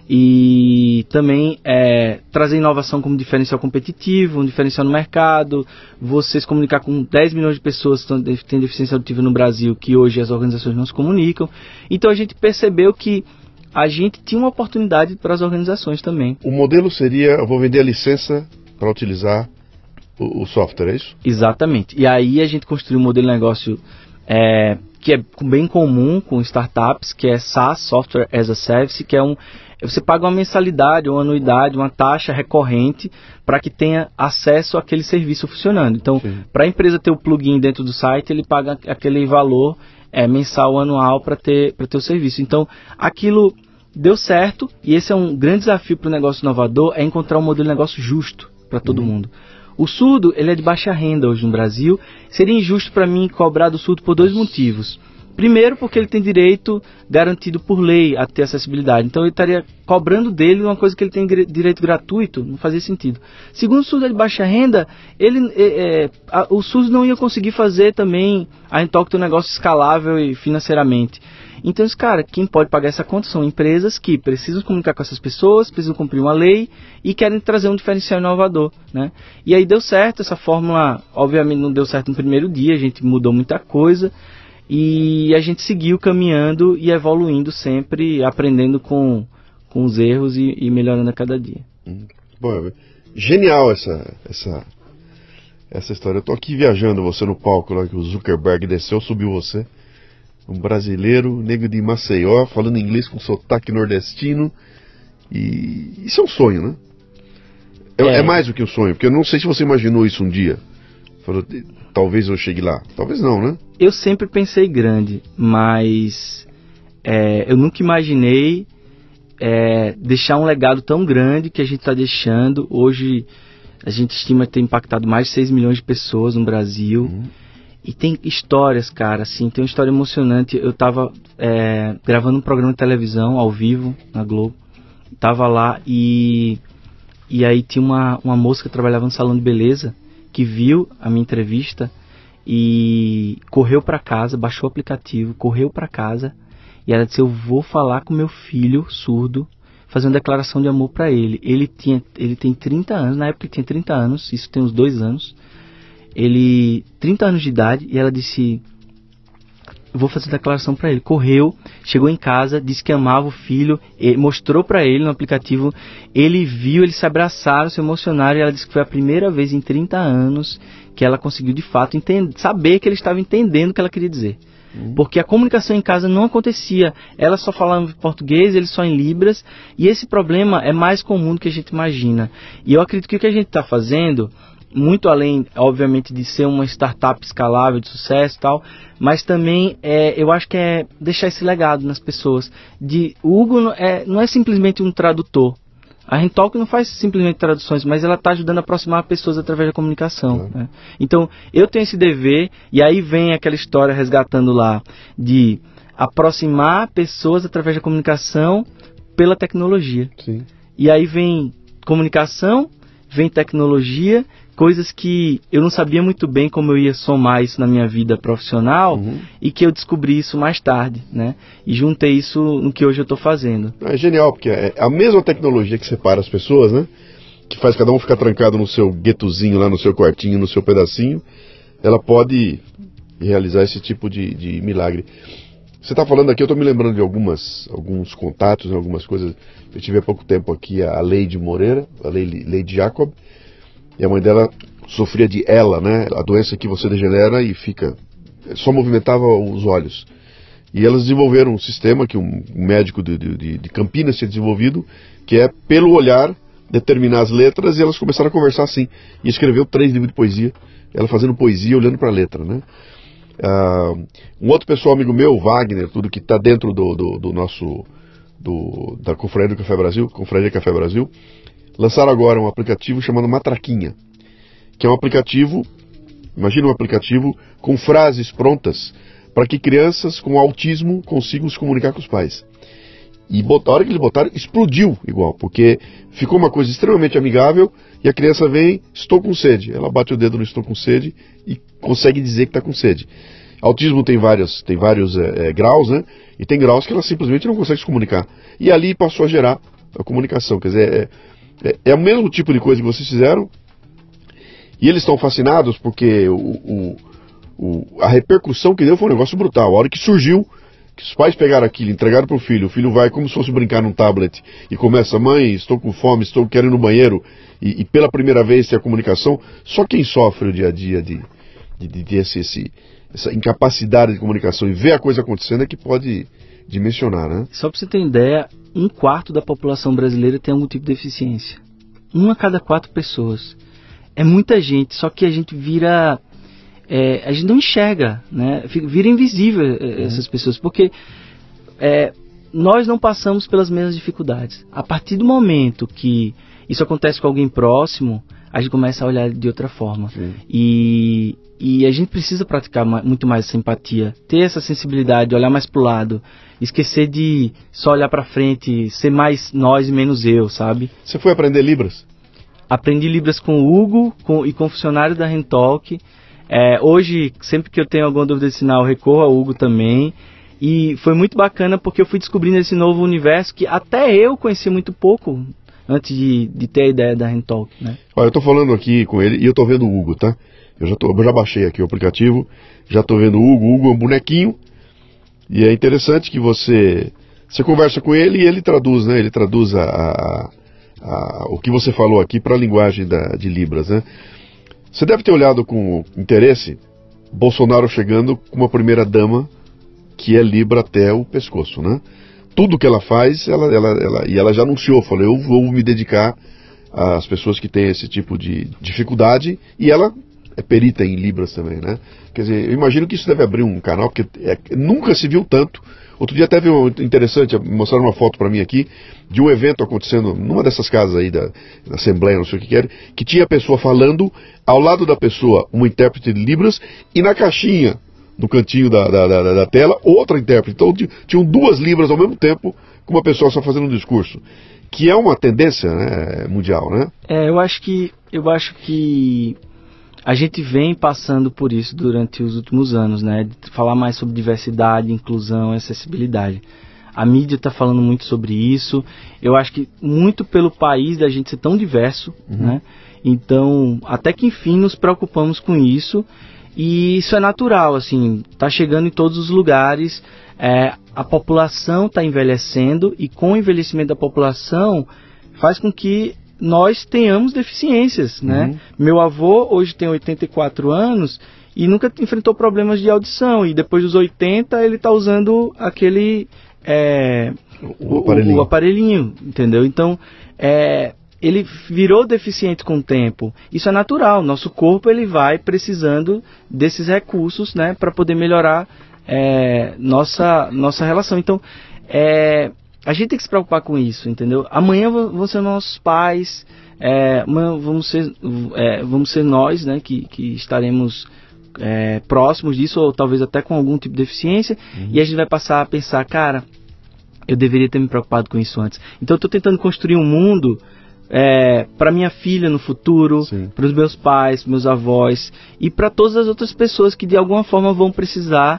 e também é, trazer inovação como diferencial competitivo, um diferencial no mercado, você se comunicar com dez milhões de pessoas que têm deficiência auditiva no Brasil, que hoje as organizações não se comunicam. Então a gente percebeu que a gente tinha uma oportunidade para as organizações também. O modelo seria, eu vou vender a licença para utilizar o software, é isso? Exatamente. E aí a gente construiu um modelo de negócio é, que é bem comum com startups, que é SaaS, Software as a Service, que é um... Você paga uma mensalidade, uma anuidade, uma taxa recorrente para que tenha acesso àquele serviço funcionando. Então, para a empresa ter o plugin dentro do site, ele paga aquele valor é, mensal, anual para ter, para ter o serviço. Então, aquilo deu certo e esse é um grande desafio para o negócio inovador, é encontrar um modelo de negócio justo para todo uhum. mundo. O surdo, ele é de baixa renda hoje no Brasil. Seria injusto para mim cobrar do surdo por dois motivos. Primeiro, porque ele tem direito garantido por lei a ter acessibilidade. Então, eu estaria cobrando dele uma coisa que ele tem direito gratuito. Não fazia sentido. Segundo, o surdo é de baixa renda, ele, é, é, a, o surdo não ia conseguir fazer também a Intoque ter um negócio escalável e financeiramente. Então, cara, quem pode pagar essa conta são empresas que precisam comunicar com essas pessoas, precisam cumprir uma lei e querem trazer um diferencial inovador, né? E aí deu certo, essa fórmula, obviamente não deu certo no primeiro dia, a gente mudou muita coisa e a gente seguiu caminhando e evoluindo sempre, aprendendo com, com os erros e, e melhorando a cada dia. Hum, bom, genial essa, essa, essa história. Eu tô aqui viajando você no palco lá que o Zuckerberg desceu, subiu você. Um brasileiro, negro de Maceió, falando inglês com sotaque nordestino. E isso é um sonho, né? É, é. é mais do que um sonho, porque eu não sei se você imaginou isso um dia. Falou, talvez eu chegue lá. Talvez não, né? Eu sempre pensei grande, mas é, eu nunca imaginei é, deixar um legado tão grande que a gente está deixando. Hoje a gente estima ter impactado mais de seis milhões de pessoas no Brasil. Uhum. E tem histórias, cara, assim, tem uma história emocionante. Eu tava é, gravando um programa de televisão ao vivo na Globo. Tava lá e, e aí tinha uma, uma moça que trabalhava no salão de beleza que viu a minha entrevista e correu pra casa, baixou o aplicativo, correu pra casa e ela disse, eu vou falar com meu filho surdo, fazer uma declaração de amor pra ele. Ele, tinha, ele tem trinta anos, na época ele tinha trinta anos, isso tem uns dois anos. ele, trinta anos de idade, e ela disse, eu vou fazer declaração para ele. Correu, chegou em casa, disse que amava o filho, mostrou para ele no aplicativo, ele viu, eles se abraçaram, se emocionaram, e ela disse que foi a primeira vez em trinta anos que ela conseguiu de fato entender, saber que ele estava entendendo o que ela queria dizer. Uhum. Porque a comunicação em casa não acontecia, ela só falava em português, ele só em libras, e esse problema é mais comum do que a gente imagina. E eu acredito que o que a gente está fazendo, muito além, obviamente, de ser uma startup escalável, de sucesso e tal, mas também é, eu acho que é deixar esse legado nas pessoas. De, o Hugo não é, não é simplesmente um tradutor. A Rentalk não faz simplesmente traduções, mas ela está ajudando a aproximar pessoas através da comunicação. É. Né? Então, eu tenho esse dever, e aí vem aquela história resgatando lá, de aproximar pessoas através da comunicação pela tecnologia. Sim. E aí vem comunicação, vem tecnologia, coisas que eu não sabia muito bem como eu ia somar isso na minha vida profissional, uhum. e que eu descobri isso mais tarde, né? E juntei isso no que hoje eu estou fazendo. É genial, porque é a mesma tecnologia que separa as pessoas, né? Que faz cada um ficar trancado no seu guetozinho, lá no seu quartinho, no seu pedacinho, ela pode realizar esse tipo de, de milagre. Você está falando aqui, eu estou me lembrando de algumas, alguns contatos, algumas coisas. Eu tive há pouco tempo aqui a Leide Moreira, a Leide Jacob, e a mãe dela sofria de ela, né? A doença que você degenera e fica... Só movimentava os olhos. E elas desenvolveram um sistema que um médico de, de, de Campinas tinha desenvolvido, que é, pelo olhar, determinar as letras, e elas começaram a conversar assim. E escreveu três livros de poesia, ela fazendo poesia olhando para a letra, né? Uh, um outro pessoal amigo meu, Wagner, tudo que está dentro do, do, do nosso... Do, da Confraria do Café Brasil, Confraria Café Brasil, lançaram agora um aplicativo chamado Matraquinha, que é um aplicativo, imagina um aplicativo com frases prontas para que crianças com autismo consigam se comunicar com os pais. E a hora que eles botaram, explodiu igual, porque ficou uma coisa extremamente amigável, e a criança vem, estou com sede, ela bate o dedo no estou com sede e consegue dizer que está com sede. Autismo tem vários, tem vários é, é, graus, né? E tem graus que ela simplesmente não consegue se comunicar. E ali passou a gerar a comunicação, quer dizer... É, É, é o mesmo tipo de coisa que vocês fizeram, e eles estão fascinados porque o, o, o, a repercussão que deu foi um negócio brutal. A hora que surgiu, que os pais pegaram aquilo, entregaram para o filho, o filho vai como se fosse brincar num tablet e começa, mãe, estou com fome, estou querendo ir no banheiro, e, e pela primeira vez tem a comunicação. Só quem sofre o dia a dia de, de, de, de esse, esse, essa incapacidade de comunicação e ver a coisa acontecendo é que pode dimensionar, né? Só para você ter ideia, um quarto da população brasileira tem algum tipo de deficiência. Uma a cada quatro pessoas. É muita gente, só que a gente vira... É, a gente não enxerga, né? Vira invisível uhum. essas pessoas, porque é, nós não passamos pelas mesmas dificuldades. A partir do momento que isso acontece com alguém próximo, a gente começa a olhar de outra forma. E, e a gente precisa praticar muito mais essa empatia, ter essa sensibilidade, olhar mais pro lado, esquecer de só olhar pra frente, ser mais nós e menos eu, sabe? Você foi aprender Libras? Aprendi Libras com o Hugo com, e com o funcionário da Rentalk. É, hoje, sempre que eu tenho alguma dúvida de sinal, eu recorro ao Hugo também. E foi muito bacana porque eu fui descobrindo esse novo universo que até eu conhecia muito pouco antes de, de ter a ideia da Rentalk, né? Olha, eu tô falando aqui com ele e eu tô vendo o Hugo, tá? Eu já, tô, eu já baixei aqui o aplicativo, já tô vendo o Hugo. O Hugo é um bonequinho. E é interessante que você, você conversa com ele e ele traduz, né? Ele traduz a, a, a, o que você falou aqui para a linguagem da, de Libras, né? Você deve ter olhado com interesse Bolsonaro chegando com uma primeira dama que é Libra até o pescoço, né? Tudo que ela faz, ela, ela, ela, e ela já anunciou, falou, eu vou me dedicar às pessoas que têm esse tipo de dificuldade, e ela é perita em Libras também, né? Quer dizer, eu imagino que isso deve abrir um canal, porque é, nunca se viu tanto. Outro dia até vi um interessante, mostraram uma foto para mim aqui, de um evento acontecendo numa dessas casas aí, da, da Assembleia, não sei o que que era, que tinha a pessoa falando, ao lado da pessoa, uma intérprete de Libras, e na caixinha, no cantinho da, da, da, da tela, outra intérprete. Então tinham duas Libras ao mesmo tempo, com uma pessoa só fazendo um discurso. Que é uma tendência, né, mundial, né? É, eu acho que... Eu acho que... A gente vem passando por isso durante os últimos anos, né? De falar mais sobre diversidade, inclusão e acessibilidade. a mídia está falando muito sobre isso. Eu acho que muito pelo país da gente ser tão diverso, uhum. né? Então, até que enfim nos preocupamos com isso. E isso é natural, assim, está chegando em todos os lugares. É, a população está envelhecendo e com o envelhecimento da população faz com que nós tenhamos deficiências, uhum. né? Meu avô hoje tem oitenta e quatro anos e nunca enfrentou problemas de audição, e depois dos oitenta ele está usando aquele é, o, o, aparelhinho. o, o aparelhinho, entendeu? Então é, ele virou deficiente com o tempo. Isso é natural, nosso corpo ele vai precisando desses recursos, né, para poder melhorar é, nossa, nossa relação. Então é, a gente tem que se preocupar com isso, entendeu? Amanhã vão ser nossos pais, é, amanhã vamos ser, é, vamos ser nós, né, que, que estaremos É, próximos disso, ou talvez até com algum tipo de deficiência, uhum. e a gente vai passar a pensar, cara, eu deveria ter me preocupado com isso antes. Então eu estou tentando construir um mundo é, para minha filha no futuro, para os meus pais, meus avós, e para todas as outras pessoas que de alguma forma vão precisar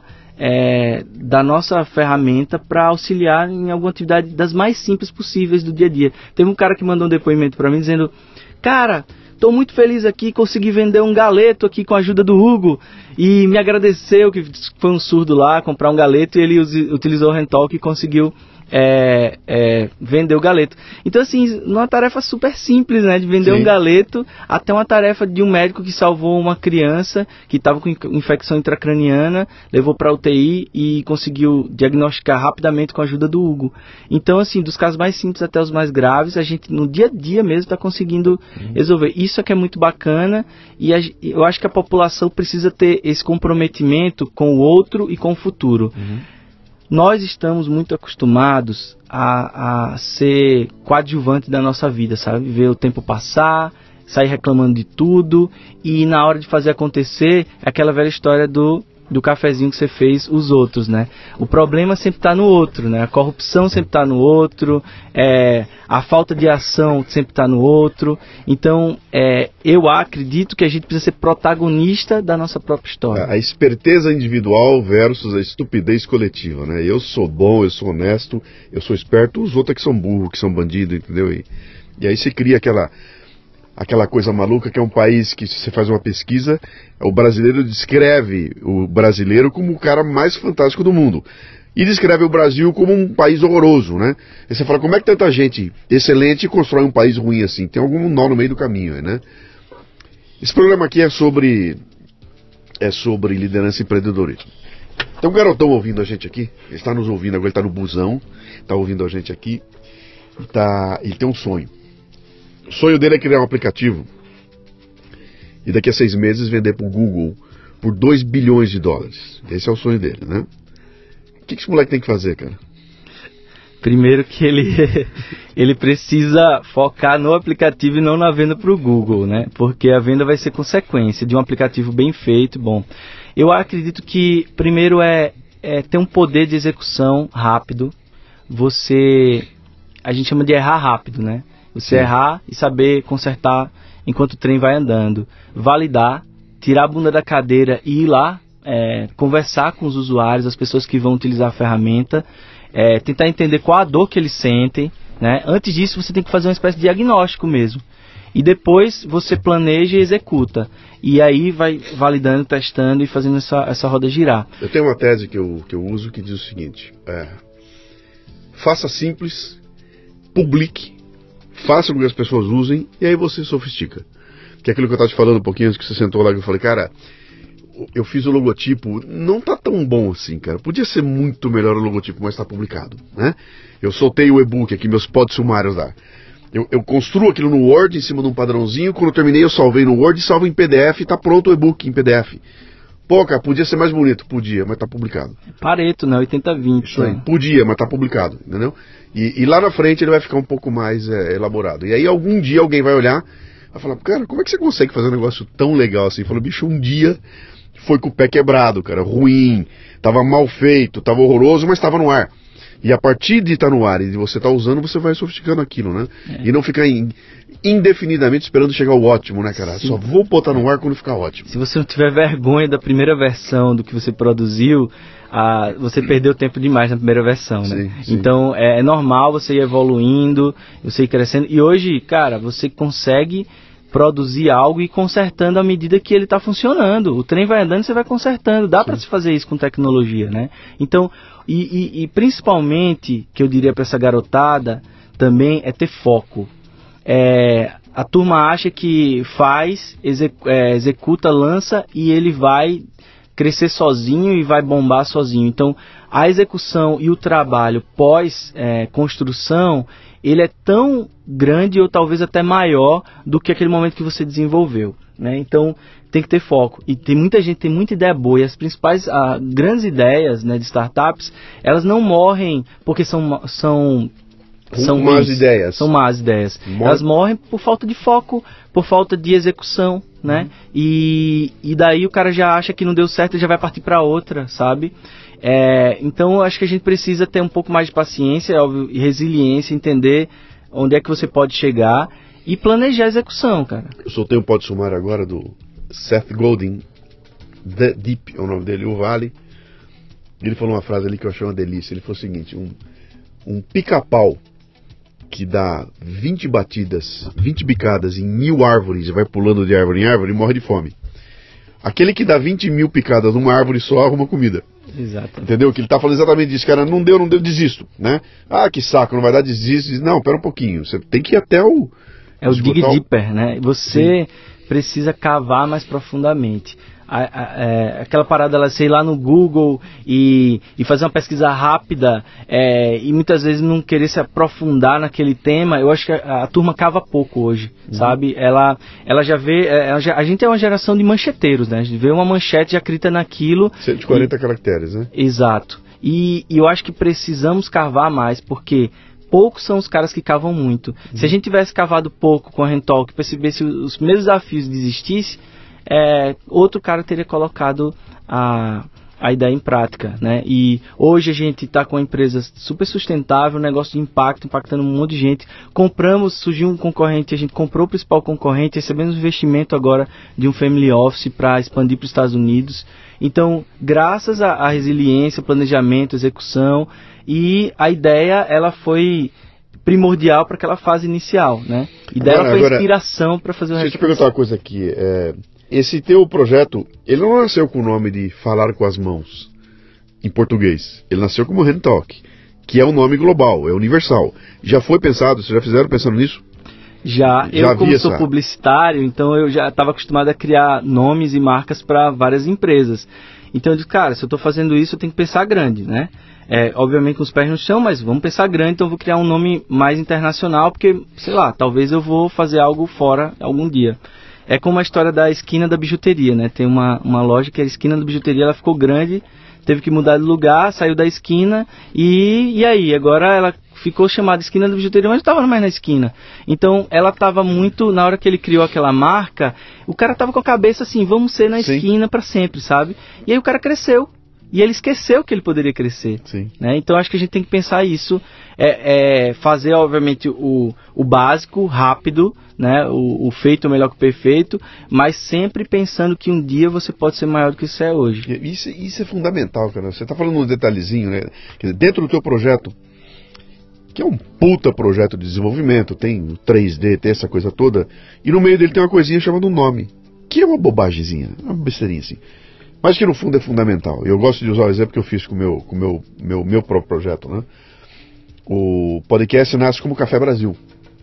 é, da nossa ferramenta para auxiliar em alguma atividade das mais simples possíveis do dia a dia. Teve um cara que mandou um depoimento para mim dizendo, cara, estou muito feliz aqui, consegui vender um galeto aqui com a ajuda do Hugo, e me agradeceu, que foi um surdo lá, comprar um galeto, e ele utilizou o Rentalk e conseguiu é, é, vender o galeto. Então, assim, uma tarefa super simples, né, de vender Sim. um galeto, até uma tarefa de um médico que salvou uma criança que estava com infecção intracraniana, levou para a U T I e conseguiu diagnosticar rapidamente com a ajuda do Hugo. Então, assim, dos casos mais simples até os mais graves, a gente no dia a dia mesmo está conseguindo uhum. resolver. Isso é que é muito bacana, e a, eu acho que a população precisa ter esse comprometimento com o outro e com o futuro. Uhum. Nós estamos muito acostumados a, a ser coadjuvante da nossa vida, sabe? Ver o tempo passar, sair reclamando de tudo, e na hora de fazer acontecer, aquela velha história do, do cafezinho que você fez os outros, né? O problema sempre está no outro, né? A corrupção sempre está no outro, é, a falta de ação sempre está no outro. Então, é, eu acredito que a gente precisa ser protagonista da nossa própria história. A esperteza individual versus a estupidez coletiva, né? Eu sou bom, eu sou honesto, eu sou esperto, os outros é que são burros, que são bandidos, entendeu? E, e aí você cria aquela... aquela coisa maluca que é um país que, se você faz uma pesquisa, o brasileiro descreve o brasileiro como o cara mais fantástico do mundo. E descreve o Brasil como um país horroroso, né? E você fala, como é que tanta gente excelente constrói um país ruim assim? Tem algum nó no meio do caminho, né? Esse programa aqui é sobre, é sobre liderança e empreendedorismo. Tem um garotão ouvindo a gente aqui, ele está nos ouvindo agora, ele está no busão, está ouvindo a gente aqui, e tá, ele tem um sonho. O sonho dele é criar um aplicativo e daqui a seis meses vender para o Google por dois bilhões de dólares. Esse é o sonho dele, né? O que, que esse moleque tem que fazer, cara? Primeiro que ele, ele precisa focar no aplicativo e não na venda para o Google, né? Porque a venda vai ser consequência de um aplicativo bem feito, bom. Eu acredito que primeiro é, é ter um poder de execução rápido. Você, a gente chama de errar rápido, né? Você Sim. errar e saber consertar enquanto o trem vai andando. Validar, tirar a bunda da cadeira e ir lá, é, conversar com os usuários, as pessoas que vão utilizar a ferramenta, é, tentar entender qual a dor que eles sentem, né? Antes disso, você tem que fazer uma espécie de diagnóstico mesmo. E depois você planeja e executa. E aí vai validando, testando e fazendo essa, essa roda girar. Eu tenho uma tese que eu, que eu uso que diz o seguinte, é, faça simples, publique, faça com que as pessoas usem, e aí você sofistica. Que é aquilo que eu estava te falando um pouquinho antes que você sentou lá, que eu falei, cara, eu fiz o logotipo, não tá tão bom assim, cara. Podia ser muito melhor o logotipo, mas está publicado, né? Eu soltei o e-book aqui, meus pods sumários lá. Eu, eu construo aquilo no Word, em cima de um padrãozinho, quando eu terminei eu salvei no Word, salvo em P D F e tá pronto o e-book em P D F. Pô, cara, podia ser mais bonito? Podia, mas tá publicado. Pareto, né? oitenta vinte. Isso aí, podia, mas tá publicado, entendeu? E, e lá na frente ele vai ficar um pouco mais é, elaborado. E aí algum dia alguém vai olhar e vai falar, cara, como é que você consegue fazer um negócio tão legal assim? Falou, bicho, um dia foi com o pé quebrado, cara, ruim, tava mal feito, tava horroroso, mas tava no ar. E a partir de estar no ar e de você estar usando, você vai sofisticando aquilo, né? É. E não ficar in, indefinidamente esperando chegar o ótimo, né, cara? Sim. Só vou botar no ar quando ficar ótimo. Se você não tiver vergonha da primeira versão do que você produziu, ah, você perdeu tempo demais na primeira versão, né? Sim, sim. Então é, é normal você ir evoluindo, você ir crescendo. E hoje, cara, você consegue produzir algo e ir consertando à medida que ele está funcionando. O trem vai andando e você vai consertando. Dá para se fazer isso com tecnologia, né? Então, e, e, e principalmente, que eu diria para essa garotada, também é ter foco. É, a turma acha que faz, execu- é, executa, lança e ele vai crescer sozinho e vai bombar sozinho. Então, a execução e o trabalho pós-construção, é, ele é tão grande ou talvez até maior do que aquele momento que você desenvolveu, né? Então, tem que ter foco. E tem muita gente, tem muita ideia boa. E as principais, ah, grandes ideias, né, de startups, elas não morrem porque são... são São más ruins, ideias. São más ideias. Mor- Elas morrem por falta de foco, por falta de execução, né? Uhum. E, e daí o cara já acha que não deu certo e já vai partir para outra, sabe? É, então eu acho que a gente precisa ter um pouco mais de paciência, óbvio, e resiliência, entender onde é que você pode chegar e planejar a execução, cara. Eu soltei um pódio sumário agora do Seth Godin, The Deep é o nome dele, o Vale. Ele falou uma frase ali que eu achei uma delícia. Ele falou o seguinte: um, um pica-pau que dá vinte batidas, vinte bicadas em mil árvores e vai pulando de árvore em árvore, morre de fome. Aquele que dá vinte mil picadas numa árvore só arruma comida. Exato. Entendeu? Que ele tá falando exatamente isso, cara. Não deu, não deu, desisto, né? Ah, que saco, não vai dar, desisto. Não, pera um pouquinho. Você tem que ir até o... É o dig esgotar o- deeper, né? Você precisa cavar mais profundamente. A, a, é, aquela parada, ela sei lá no Google e, e fazer uma pesquisa rápida é, e muitas vezes não querer se aprofundar naquele tema. Eu acho que a, a turma cava pouco hoje, uhum. sabe? Ela, ela já vê... É, ela já- a gente é uma geração de mancheteiros, né? A gente vê uma manchete e já acredita naquilo. cento e quarenta caracteres, né? Exato. E, e eu acho que precisamos cavar mais, porque poucos são os caras que cavam muito. Uhum. Se a gente tivesse cavado pouco com a Rentalk, percebesse os, os primeiros desafios desistisse, é, outro cara teria colocado a, a ideia em prática, né? E hoje a gente está com uma empresa super sustentável, um negócio de impacto, impactando um monte de gente. Compramos, surgiu um concorrente, a gente comprou o principal concorrente, recebemos um investimento agora de um family office para expandir para os Estados Unidos. Então, graças à, à resiliência, planejamento, execução, e a ideia, ela foi primordial para aquela fase inicial, né? E daí ela foi Agora- inspiração para fazer o Deixa eu resto. te perguntar uma coisa aqui. é, esse teu projeto, ele não nasceu com o nome de falar com as mãos, em português. Ele nasceu como Rentalk, que é um nome global, é universal. Já foi pensado, vocês já fizeram pensando nisso? Já, Já eu como vi sou essa- publicitário, então eu já estava acostumado a criar nomes e marcas para várias empresas. Então eu disse, cara, se eu estou fazendo isso, eu tenho que pensar grande, né? É, obviamente com os pés no chão, mas vamos pensar grande, então eu vou criar um nome mais internacional, porque, sei lá, talvez eu vou fazer algo fora algum dia. É como a história da esquina da bijuteria, né? Tem uma, uma loja que a esquina da bijuteria, ela ficou grande, teve que mudar de lugar, saiu da esquina, e, e aí? Agora ela ficou chamada esquina da bijuteria, mas não estava mais na esquina. Então ela estava muito, na hora que ele criou aquela marca, o cara estava com a cabeça assim, vamos ser na Sim. esquina para sempre, sabe? E aí o cara cresceu. E ele esqueceu que ele poderia crescer. Sim. Né? Então acho que a gente tem que pensar isso, é, é fazer obviamente o, o básico, rápido, né? o, o feito melhor que o perfeito, mas sempre pensando que um dia você pode ser maior do que você é hoje. Isso, isso é fundamental, cara. Você está falando um detalhezinho, né? Quer dizer, dentro do teu projeto, que é um puta projeto de desenvolvimento, tem o três D, tem essa coisa toda, e no meio dele tem uma coisinha chamada um nome, que é uma bobagemzinha, uma besteirinha assim, mas que no fundo é fundamental. Eu gosto de usar o exemplo que eu fiz com o meu, com o meu, meu, meu próprio projeto, né? O podcast nasce como Café Brasil.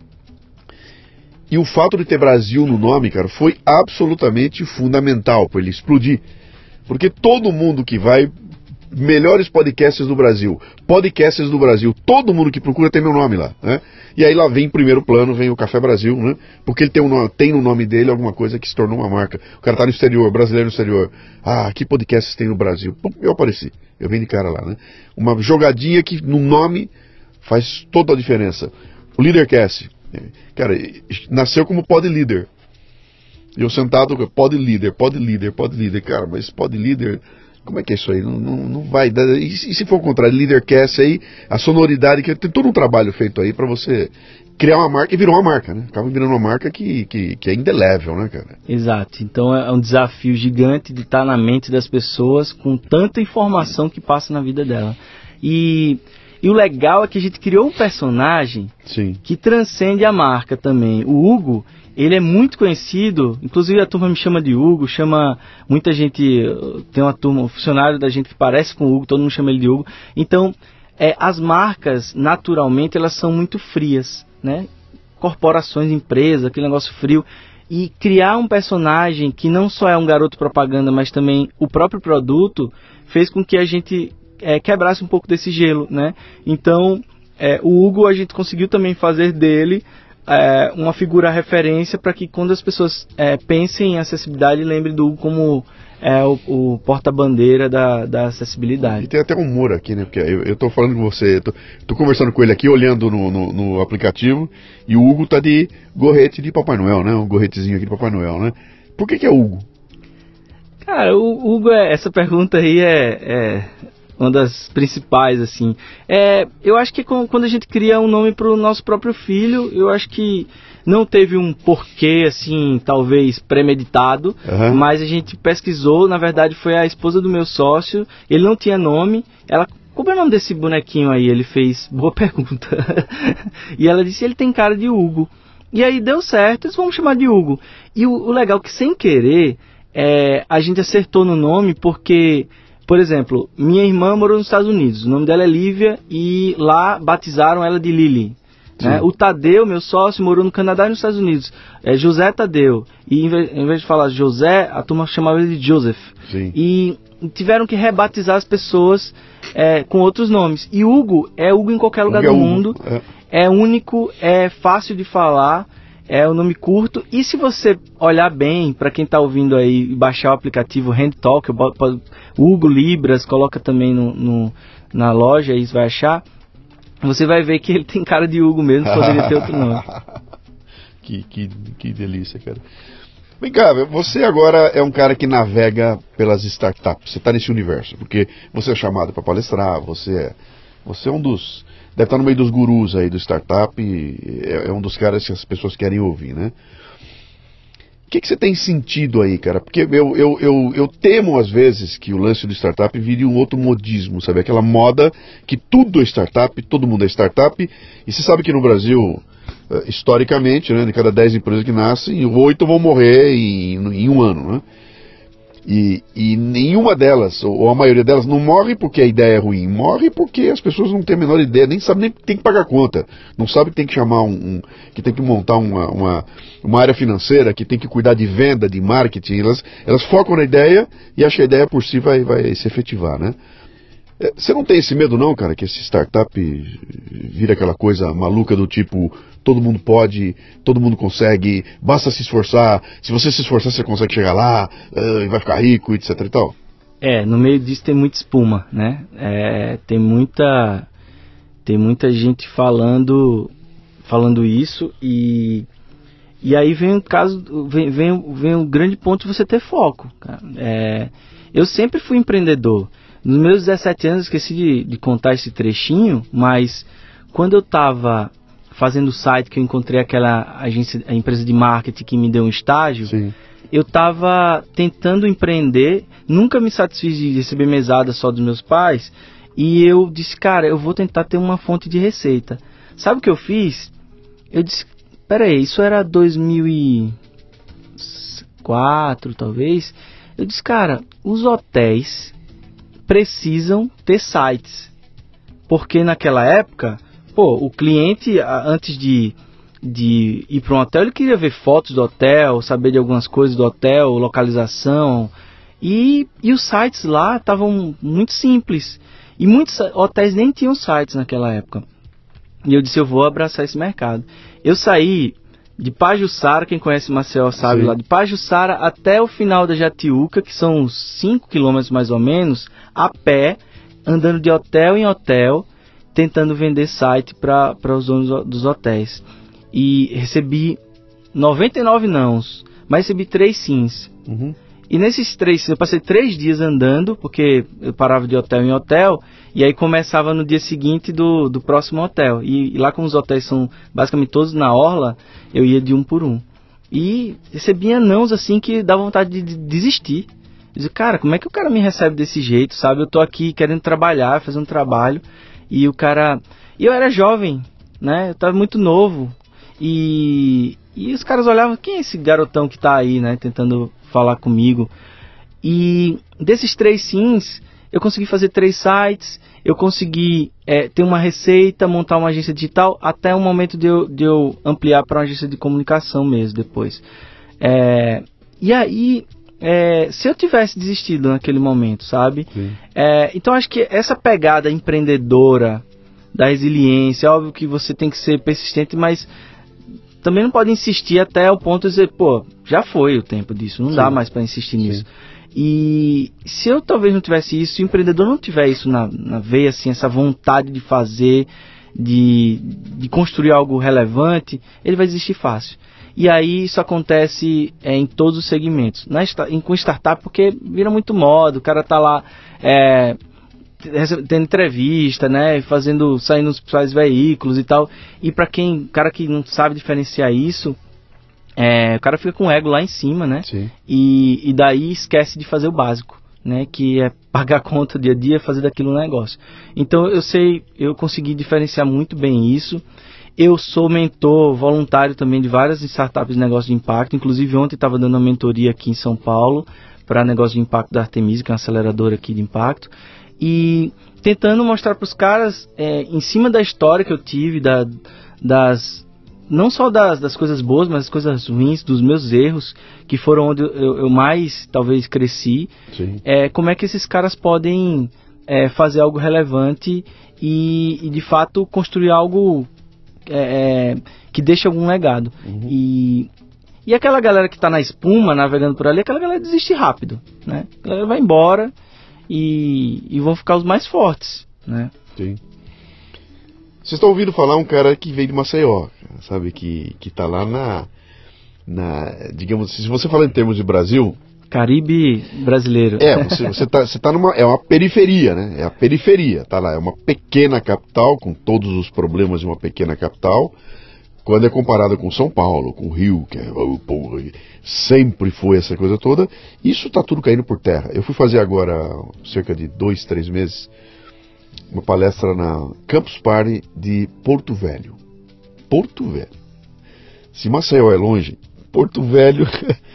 E o fato de ter Brasil no nome, cara, foi absolutamente fundamental para ele explodir. Porque todo mundo que vai, melhores podcasts do Brasil, podcasts do Brasil, todo mundo que procura tem meu nome lá, né? E aí lá vem em primeiro plano, vem o Café Brasil, né? Porque ele tem, um, tem no nome dele alguma coisa que se tornou uma marca. O cara tá no exterior, brasileiro no exterior. Ah, que podcasts tem no Brasil? Pum, eu apareci, eu vim de cara lá, né? Uma jogadinha que no nome faz toda a diferença. O Leadercast, cara, nasceu como Pod Leader. Eu sentado, Pod Leader, Pod Leader, Pod Leader, cara, mas Pod Leader Como é que é isso aí? Não, não, não vai dar. E, e se for o contrário, Leadercast aí, a sonoridade, que tem todo um trabalho feito aí para você criar uma marca, e virou uma marca, né? Acaba virando uma marca que, que, que é indelével, né, cara? Exato. Então é um desafio gigante de estar na mente das pessoas com tanta informação que passa na vida dela. E, e o legal é que a gente criou um personagem Sim. que transcende a marca também. O Hugo, ele é muito conhecido, inclusive a turma me chama de Hugo, chama muita gente, tem uma turma, um funcionário da gente que parece com o Hugo, todo mundo chama ele de Hugo. Então, é, as marcas, naturalmente, elas são muito frias, né? Corporações, empresas, aquele negócio frio. E criar um personagem que não só é um garoto propaganda, mas também o próprio produto, fez com que a gente é, quebrasse um pouco desse gelo, né? Então, é, o Hugo, a gente conseguiu também fazer dele É, uma figura referência para que quando as pessoas é, pensem em acessibilidade, lembrem do Hugo como é, o, o porta-bandeira da, da acessibilidade. E tem até um humor aqui, né? Porque eu, eu tô falando com você, tô, tô conversando com ele aqui, olhando no, no, no aplicativo, e o Hugo tá de gorrete de Papai Noel, né? Um gorretezinho aqui de Papai Noel, né? Por que que é Hugo? Cara, o Hugo, é, essa pergunta aí é... é... uma das principais, assim. É, eu acho que quando a gente cria um nome para o nosso próprio filho, eu acho que não teve um porquê, assim, talvez premeditado, uhum. Mas a gente pesquisou, na verdade foi a esposa do meu sócio, ele não tinha nome, ela... Como é o nome desse bonequinho aí? Ele fez, boa pergunta. E ela disse, ele tem cara de Hugo. E aí deu certo, eles vão chamar de Hugo. E o, o legal é que, sem querer, é, a gente acertou no nome porque... Por exemplo, minha irmã morou nos Estados Unidos, o nome dela é Lívia e lá batizaram ela de Lily. Né? O Tadeu, meu sócio, morou no Canadá e nos Estados Unidos, é José Tadeu. E em vez, em vez de falar José, a turma chamava ele de Joseph. Sim. E tiveram que rebatizar as pessoas é, com outros nomes. E Hugo é Hugo em qualquer lugar Hugo do é mundo, é. é único, é fácil de falar. É um nome curto, e se você olhar bem, para quem está ouvindo aí, baixar o aplicativo HandTalk, o Hugo Libras, coloca também no, no, na loja, aí você vai achar, você vai ver que ele tem cara de Hugo mesmo, poderia ter outro nome. que, que, que delícia, cara. Vem cá, você agora é um cara que navega pelas startups, você está nesse universo, porque você é chamado para palestrar, você é, você é um dos... Deve estar no meio dos gurus aí do startup, é, é um dos caras que as pessoas querem ouvir, né? O que, que você tem sentido aí, cara? Porque eu, eu, eu, eu temo, às vezes, que o lance do startup vire um outro modismo, sabe? Aquela moda que tudo é startup, todo mundo é startup, e você sabe que no Brasil, historicamente, né, de cada dez empresas que nascem, oito vão morrer em, em um ano, né? E, e nenhuma delas, ou a maioria delas, não morre porque a ideia é ruim, morre porque as pessoas não têm a menor ideia, nem sabem nem que tem que pagar conta, não sabem que tem que chamar um, um que tem que montar uma, uma, uma área financeira, que tem que cuidar de venda, de marketing, elas, elas focam na ideia e acham que a ideia por si vai, vai se efetivar, né? Você não tem esse medo não, cara, que esse startup vira aquela coisa maluca do tipo, todo mundo pode, todo mundo consegue, basta se esforçar, se você se esforçar você consegue chegar lá, uh, vai ficar rico, etc e tal? É, no meio disso tem muita espuma, né? É, tem muita tem muita gente falando falando isso e e aí vem o caso, vem, vem, vem o grande ponto de você ter foco, cara. É, eu sempre fui empreendedor. Nos meus dezessete anos, esqueci de, de contar esse trechinho, mas quando eu estava fazendo o site, que eu encontrei aquela agência, a empresa de marketing que me deu um estágio, Sim. Eu estava tentando empreender, nunca me satisfiz de receber mesada só dos meus pais, e eu disse, cara, eu vou tentar ter uma fonte de receita. Sabe o que eu fiz? Eu disse, peraí, isso era dois mil e quatro, talvez. Eu disse, cara, os hotéis precisam ter sites, porque naquela época, pô, o cliente, antes de, de ir para um hotel, ele queria ver fotos do hotel, saber de algumas coisas do hotel, localização, e, e os sites lá estavam muito simples, e muitos hotéis nem tinham sites naquela época, e eu disse, eu vou abraçar esse mercado. Eu saí de Pajuçara, quem conhece Maceió sabe, sim, lá de Pajuçara até o final da Jatiuca, que são uns cinco quilômetros mais ou menos, a pé, andando de hotel em hotel, tentando vender site para os donos dos hotéis. E recebi noventa e nove nãos, mas recebi três sims. Uhum. E nesses três, eu passei três dias andando, porque eu parava de hotel em hotel, e aí começava no dia seguinte do, do próximo hotel. E, e lá como os hotéis são basicamente todos na orla, eu ia de um por um. E recebia nãos assim que dava vontade de, de desistir. Eu dizia, cara, como é que o cara me recebe desse jeito, sabe? Eu tô aqui querendo trabalhar, fazer um trabalho, e o cara... E eu era jovem, né? Eu tava muito novo. E, e os caras olhavam, quem é esse garotão que tá aí, né? Tentando falar comigo. E desses três sims, eu consegui fazer três sites, eu consegui é, ter uma receita, montar uma agência digital, até o momento de eu, de eu ampliar para uma agência de comunicação mesmo, depois. É, e aí... É, se eu tivesse desistido naquele momento, sabe? É, então acho que essa pegada empreendedora da resiliência, é óbvio que você tem que ser persistente, mas também não pode insistir até o ponto de dizer, pô, já foi o tempo disso, não Sim. dá mais para insistir Sim. nisso. E se eu talvez não tivesse isso, se o empreendedor não tiver isso na, na veia, assim, essa vontade de fazer, de, de construir algo relevante, ele vai desistir fácil. E aí isso acontece é, em todos os segmentos. Na, em, com startup, porque vira muito moda, o cara tá lá é, tendo entrevista, né, fazendo, saindo nos principais veículos e tal. E para quem, cara que não sabe diferenciar isso, é, o cara fica com o ego lá em cima, né? E, e daí esquece de fazer o básico, né, que é pagar a conta dia a dia, fazer daquilo um negócio. Então eu sei, eu consegui diferenciar muito bem isso. Eu sou mentor voluntário também de várias startups de negócio de impacto. Inclusive ontem estava dando uma mentoria aqui em São Paulo para negócio de impacto da Artemisa, que é uma aceleradora aqui de impacto. E tentando mostrar para os caras, é, em cima da história que eu tive, da, das, não só das, das coisas boas, mas das coisas ruins, dos meus erros, que foram onde eu, eu mais talvez cresci, é, como é que esses caras podem é, fazer algo relevante e, e de fato construir algo... É, que deixa algum legado. Uhum. E, e aquela galera que está na espuma, navegando por ali, aquela galera desiste rápido, né? A galera vai embora e, e vão ficar os mais fortes, né? Sim. Vocês estão ouvindo falar um cara que veio de Maceió, sabe? Que, que tá lá na, na... Digamos, se você falar em termos de Brasil... Caribe brasileiro. É, você, você, tá, você tá numa... É uma periferia, né? É a periferia, tá lá. É uma pequena capital, com todos os problemas de uma pequena capital, quando é comparada com São Paulo, com o Rio, que é, oh, porra, sempre foi essa coisa toda. Isso tá tudo caindo por terra. Eu fui fazer agora, cerca de dois, três meses, uma palestra na Campus Party de Porto Velho. Porto Velho. Se Maceió é longe, Porto Velho...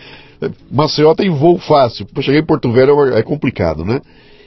Maceió tem voo fácil, para chegar em Porto Velho é complicado, né?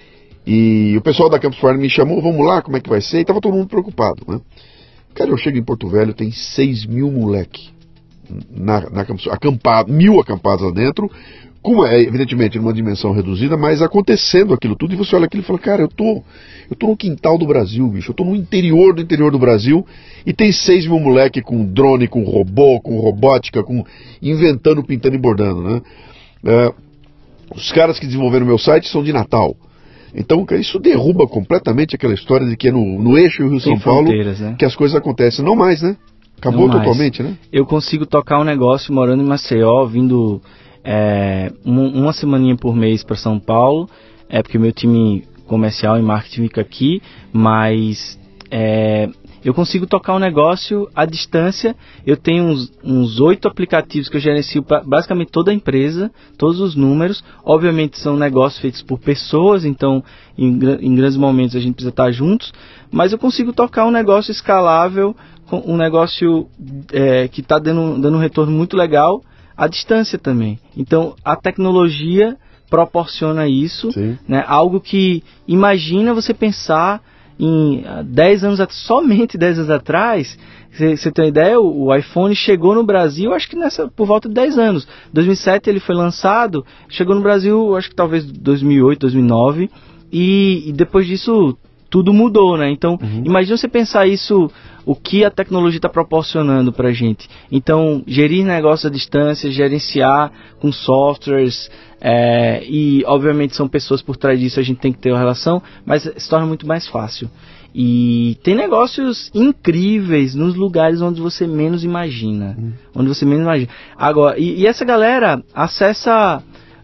E o pessoal da Campus Party me chamou, vamos lá, como é que vai ser? E tava todo mundo preocupado, né? Cara, eu chego em Porto Velho, tem seis mil moleque na, na Campus, acampado, mil acampados lá dentro, com, é, evidentemente numa dimensão reduzida, mas acontecendo aquilo tudo, e você olha aquilo e fala, cara, eu tô, eu tô no quintal do Brasil, bicho, eu tô no interior do interior do Brasil, e tem seis mil moleque com drone, com robô, com robótica, com inventando, pintando e bordando, né? É, os caras que desenvolveram meu site são de Natal. Então, isso derruba completamente aquela história de que é no, no eixo Rio-São Paulo, né, que as coisas acontecem. Não mais, né? Acabou Não totalmente, mais. né? Eu consigo tocar um negócio morando em Maceió, vindo é, um, uma semaninha por mês para São Paulo, é porque meu time comercial e marketing fica aqui, mas é, eu consigo tocar um negócio à distância. Eu tenho uns, uns oito aplicativos que eu gerencio para basicamente toda a empresa, todos os números. Obviamente são negócios feitos por pessoas, então em, em grandes momentos a gente precisa estar juntos, mas eu consigo tocar um negócio escalável, um negócio é, que está dando, dando um retorno muito legal à distância também. Então a tecnologia proporciona isso, né? Algo que, imagina você pensar em dez anos, somente dez anos atrás, você tem uma ideia, o, o iPhone chegou no Brasil, acho que nessa, por volta de dez anos. dois mil e sete ele foi lançado, chegou no Brasil, acho que talvez dois mil e oito, dois mil e nove, e, e depois disso tudo mudou, né? Então, uhum. imagina você pensar isso, o que a tecnologia está proporcionando para a gente. Então, gerir negócios à distância, gerenciar com softwares, é, e obviamente são pessoas por trás disso, a gente tem que ter uma relação, mas se torna muito mais fácil. E tem negócios incríveis nos lugares onde você menos imagina. Uhum. Onde você menos imagina. Agora, e, e essa galera acessa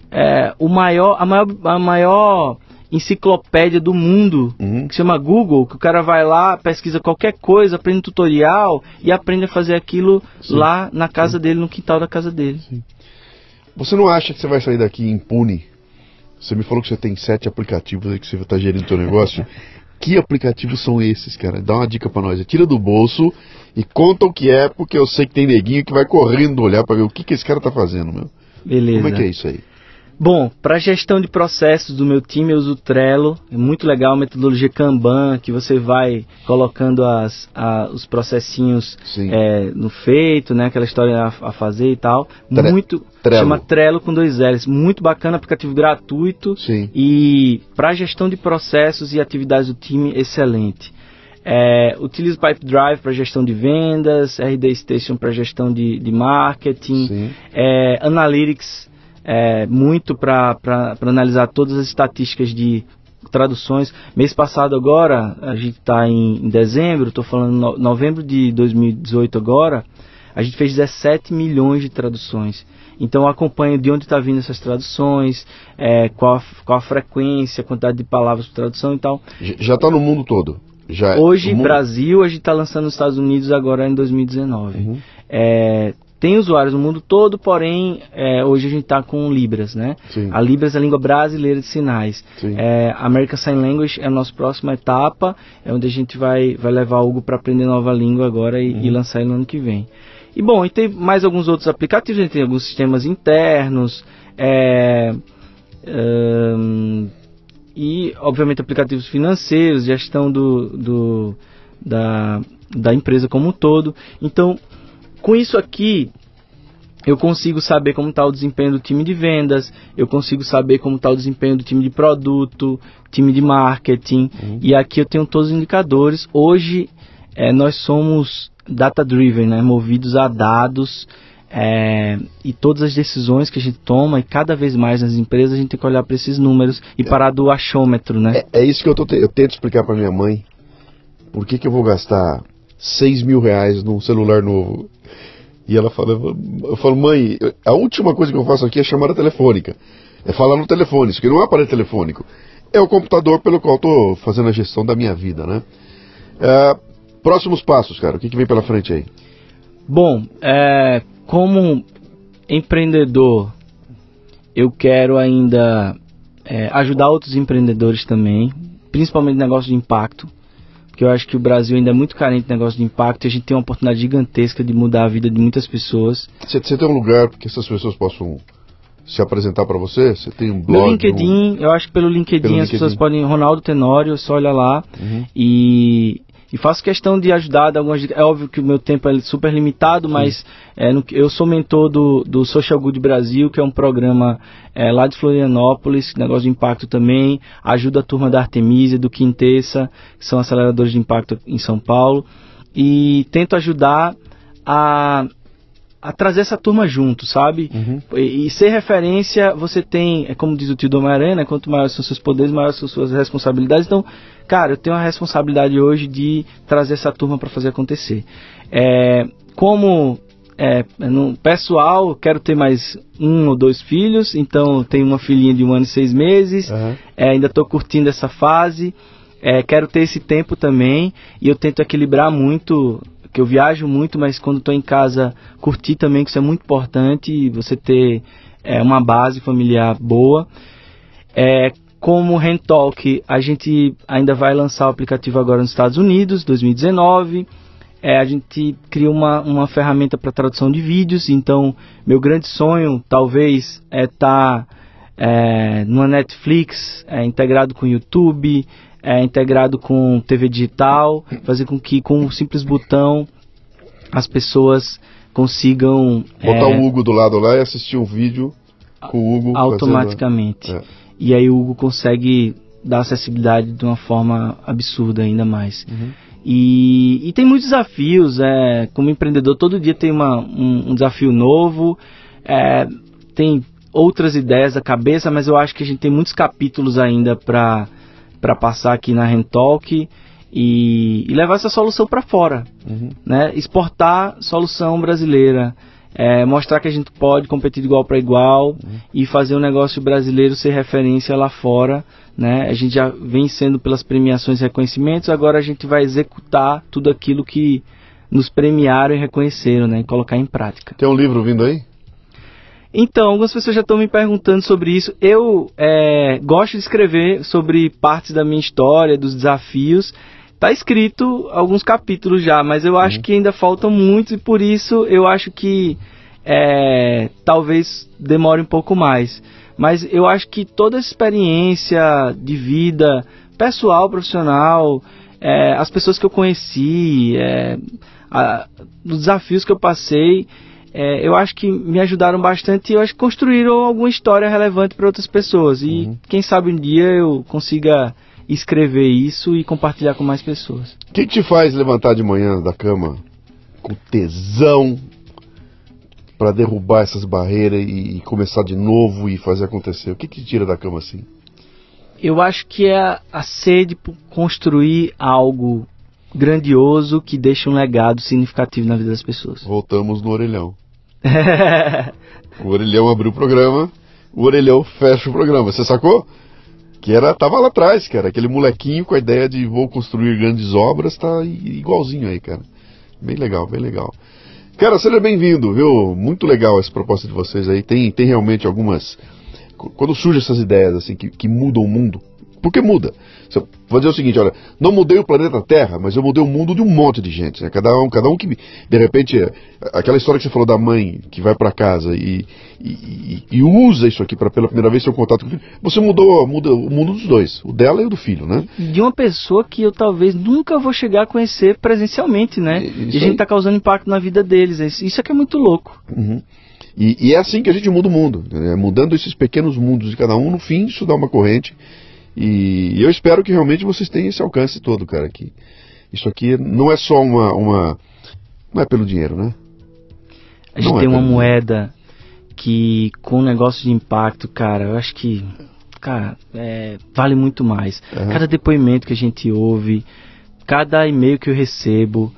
é, o maior, a maior, a maior enciclopédia do mundo, uhum. que se chama Google, que o cara vai lá, pesquisa qualquer coisa, aprende um tutorial e aprende a fazer aquilo Sim. lá na casa Sim. dele, no quintal da casa dele. Sim. Você não acha que você vai sair daqui impune? Você me falou que você tem sete aplicativos aí que você está gerindo o seu negócio. Que aplicativos são esses, cara? Dá uma dica pra nós. Tira do bolso e conta o que é, porque eu sei que tem neguinho que vai correndo olhar pra ver o que, que esse cara tá fazendo, meu. Beleza. Como é que é isso aí? Bom, para gestão de processos do meu time eu uso o Trello. É muito legal a metodologia Kanban, que você vai colocando as, a, os processinhos é, no feito, né? Aquela história a, a fazer e tal. Tre muito Trello. Chama Trello com dois L's. Muito bacana, aplicativo gratuito. Sim. E para gestão de processos e atividades do time, excelente. É, utilizo Pipedrive para gestão de vendas, R D Station para gestão de, de marketing, é, Analytics é, muito para analisar todas as estatísticas de traduções. Mês passado agora, a gente está em, em dezembro, estou falando no, novembro de dois mil e dezoito agora, a gente fez dezessete milhões de traduções. Então eu acompanho de onde está vindo essas traduções, é, qual, a, qual a frequência, a quantidade de palavras por tradução e tal. Já está no mundo todo? Já Hoje, mundo... Brasil, a gente está lançando nos Estados Unidos agora em dois mil e dezenove. Uhum. É, tem usuários no mundo todo, porém, é, hoje a gente está com Libras, né? Sim. A Libras é a língua brasileira de sinais. É, American Sign Language é a nossa próxima etapa, é onde a gente vai, vai levar o Hugo para aprender nova língua agora e, uhum. e lançar ele no ano que vem. E bom, e tem mais alguns outros aplicativos, a gente tem alguns sistemas internos, é, um, e obviamente aplicativos financeiros, gestão do, do, da, da empresa como um todo. Então, com isso aqui, eu consigo saber como está o desempenho do time de vendas, eu consigo saber como está o desempenho do time de produto, time de marketing, uhum. e aqui eu tenho todos os indicadores. Hoje, é, nós somos data-driven, né, movidos a dados, é, e todas as decisões que a gente toma, e cada vez mais nas empresas, a gente tem que olhar para esses números e é. parar do achômetro, né? É, é isso que eu, tô te, eu tento explicar para minha mãe. Por que, que eu vou gastar seis mil reais num celular novo? E ela fala, eu falo, mãe, a última coisa que eu faço aqui é chamada telefônica. É falar no telefone, isso aqui não é aparelho telefônico. É o computador pelo qual estou fazendo a gestão da minha vida, né? É, próximos passos, cara, o que, que vem pela frente aí? Bom, é, como empreendedor, eu quero ainda é, ajudar outros empreendedores também, principalmente negócio de impacto. Porque eu acho que o Brasil ainda é muito carente de negócio de impacto e a gente tem uma oportunidade gigantesca de mudar a vida de muitas pessoas. Você, você tem um lugar que essas pessoas possam se apresentar para você? Você tem um blog? No LinkedIn, um... eu acho que pelo LinkedIn pelo as LinkedIn. pessoas podem... Ronaldo Tenório, só olha lá. Uhum. E... E faço questão de ajudar, de algumas dicas. É óbvio que o meu tempo é super limitado, mas é, no, eu sou mentor do, do Social Good Brasil, que é um programa é, lá de Florianópolis, negócio de impacto também. Ajuda a turma da Artemisia, do Quintessa, que são aceleradores de impacto em São Paulo. E tento ajudar a, a trazer essa turma junto, sabe? Uhum. E, e ser referência, você tem, é como diz o tio do Homem-Aranha, né? Quanto maiores são seus poderes, maiores são suas responsabilidades. Então, cara, eu tenho a responsabilidade hoje de trazer essa turma para fazer acontecer. É, como é, no pessoal, quero ter mais um ou dois filhos, então tenho uma filhinha de um ano e seis meses, uhum. é, ainda estou curtindo essa fase, é, quero ter esse tempo também, e eu tento equilibrar muito, que eu viajo muito, mas quando estou em casa, curtir também, que isso é muito importante, você ter é, uma base familiar boa. É, Como Rentalk, a gente ainda vai lançar o aplicativo agora nos Estados Unidos, dois mil e dezenove. É, a gente cria uma, uma ferramenta para tradução de vídeos. Então, meu grande sonho, talvez, é estar tá, é, numa Netflix, é, integrado com o YouTube, é, integrado com T V digital, fazer com que, com um simples botão, as pessoas consigam... Botar é, o Hugo do lado lá e assistir um vídeo com o Hugo... Automaticamente. Fazendo... É. E aí o Hugo consegue dar acessibilidade de uma forma absurda ainda mais. Uhum. E, e tem muitos desafios, é, como empreendedor todo dia tem uma, um, um desafio novo, é, tem outras ideias da cabeça, mas eu acho que a gente tem muitos capítulos ainda para para passar aqui na Rentalk e, e levar essa solução para fora, uhum. né? Exportar solução brasileira. é, mostrar que a gente pode competir de igual para igual uhum. e fazer o negócio brasileiro ser referência lá fora, né? A gente já vem sendo pelas premiações e reconhecimentos, agora a gente vai executar tudo aquilo que nos premiaram e reconheceram, né? E colocar em prática. Tem um livro vindo aí? Então, algumas pessoas já estão me perguntando sobre isso. Eu é, gosto de escrever sobre partes da minha história, dos desafios. Está escrito alguns capítulos já, mas eu acho uhum. que ainda faltam muitos e por isso eu acho que é, talvez demore um pouco mais. Mas eu acho que toda essa experiência de vida pessoal, profissional, é, as pessoas que eu conheci, é, a, os desafios que eu passei... É, eu acho que me ajudaram bastante e eu acho que construíram alguma história relevante para outras pessoas. E uhum. quem sabe um dia eu consiga escrever isso e compartilhar com mais pessoas. O que, que te faz levantar de manhã da cama com tesão para derrubar essas barreiras e, e começar de novo e fazer acontecer? O que, que te tira da cama assim? Eu acho que é a, a sede por construir algo grandioso que deixa um legado significativo na vida das pessoas. Voltamos no orelhão. O orelhão abriu o programa, o orelhão fecha o programa. Você sacou? Que era, tava lá atrás, cara. Aquele molequinho com a ideia de vou construir grandes obras, tá igualzinho aí, cara. Bem legal, bem legal. Cara, seja bem-vindo, viu? Muito legal essa proposta de vocês aí. Tem, tem realmente algumas... Quando surgem essas ideias, assim, que, que mudam o mundo, porque muda. Vou dizer o seguinte, olha, não mudei o planeta Terra, mas eu mudei o mundo de um monte de gente, né? Cada um, cada um que, de repente, aquela história que você falou da mãe que vai para casa e, e, e usa isso aqui para pela primeira vez ter um contato com o filho, você mudou, muda o mundo dos dois, o dela e o do filho, né? De uma pessoa que eu talvez nunca vou chegar a conhecer presencialmente, né? Isso e a gente está causando impacto na vida deles, isso é que é muito louco. Uhum. E, e é assim que a gente muda o mundo, né? Mudando esses pequenos mundos de cada um, no fim isso dá uma corrente. E eu espero que realmente vocês tenham esse alcance todo, cara. Que isso aqui não é só uma... uma não é pelo dinheiro, né? A gente não tem é uma dinheiro. moeda que, com um negócio de impacto, cara, eu acho que, cara, é, vale muito mais. Uhum. Cada depoimento que a gente ouve, cada e-mail que eu recebo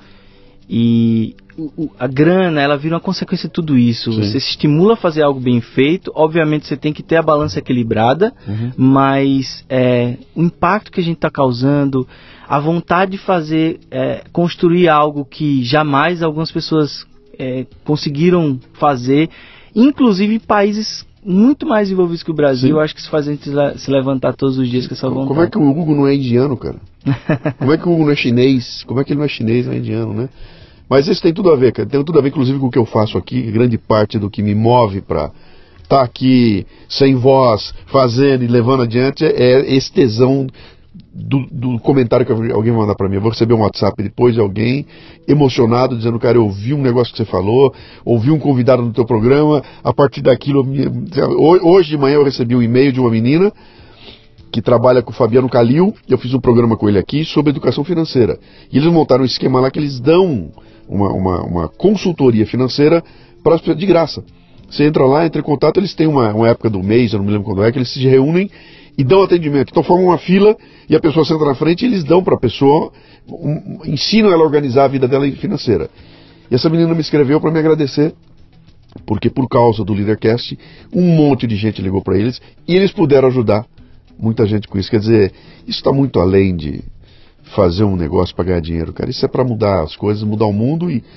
e... O, a grana, ela vira uma consequência de tudo isso. Sim. Você se estimula a fazer algo bem feito. Obviamente você tem que ter a balança equilibrada, uhum. mas é, o impacto que a gente está causando, a vontade de fazer, é, construir algo que jamais algumas pessoas é, conseguiram fazer, inclusive em países muito mais envolvidos que o Brasil. Sim. Eu acho que isso faz a gente se levantar todos os dias com essa vontade. Como é que o Hugo não é indiano, cara? Como é que o Hugo não é chinês? Como é que ele não é chinês, não é indiano, né? Mas isso tem tudo a ver, cara. Tem tudo a ver, inclusive, com o que eu faço aqui. Grande parte do que me move para estar tá aqui, sem voz, fazendo e levando adiante, é esse tesão do, do comentário que alguém vai mandar para mim. Eu vou receber um WhatsApp depois de alguém emocionado, dizendo, cara, eu ouvi um negócio que você falou, ouvi um convidado no teu programa, a partir daquilo... Hoje de manhã eu recebi um e-mail de uma menina que trabalha com o Fabiano Calil. Eu fiz um programa com ele aqui sobre educação financeira. E eles montaram um esquema lá que eles dão... Uma, uma, uma consultoria financeira para as pessoas de graça. Você entra lá, entra em contato, eles têm uma, uma época do mês, eu não me lembro quando é, que eles se reúnem e dão atendimento. Então formam uma fila e a pessoa senta na frente e eles dão para a pessoa, um, ensinam ela a organizar a vida dela financeira. E essa menina me escreveu para me agradecer, porque por causa do Leadercast, um monte de gente ligou para eles e eles puderam ajudar muita gente com isso. Quer dizer, isso está muito além de fazer um negócio para ganhar dinheiro, cara. Isso é para mudar as coisas, mudar o mundo e,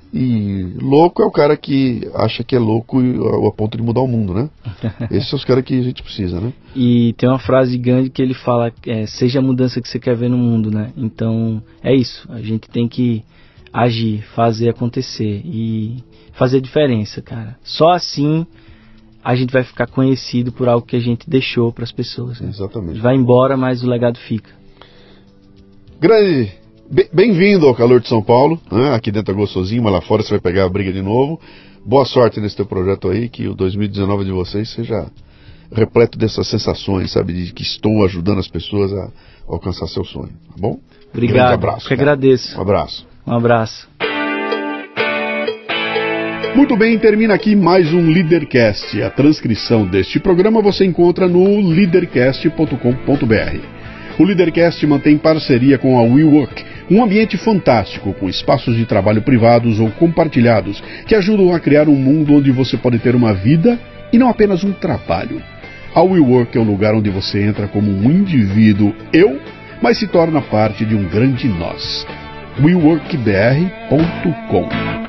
e louco é o cara que acha que é louco a ponto de mudar o mundo, né? Esses são os caras que a gente precisa, né? E tem uma frase de Gandhi que ele fala, é, seja a mudança que você quer ver no mundo, né? Então, é isso. A gente tem que agir, fazer acontecer e fazer a diferença, cara. Só assim a gente vai ficar conhecido por algo que a gente deixou para as pessoas. Né? Exatamente. Vai embora, mas o legado fica. Grande, bem-vindo ao calor de São Paulo, né? Aqui dentro é gostosinho, mas lá fora você vai pegar a briga de novo. Boa sorte nesse teu projeto aí, que o dois mil e dezenove de vocês seja repleto dessas sensações, sabe, de que estou ajudando as pessoas a alcançar seu sonho, tá bom? Obrigado, grande abraço, que agradeço. Um abraço. Um abraço. Muito bem, termina aqui mais um Leadercast. A transcrição deste programa você encontra no leadercast ponto com ponto b r. O Leadercast mantém parceria com a WeWork, Um ambiente fantástico, com espaços de trabalho privados ou compartilhados, que ajudam a criar um mundo onde você pode ter uma vida e não apenas um trabalho. A WeWork é o lugar onde você entra como um indivíduo eu, mas se torna parte de um grande nós. we work b r ponto com.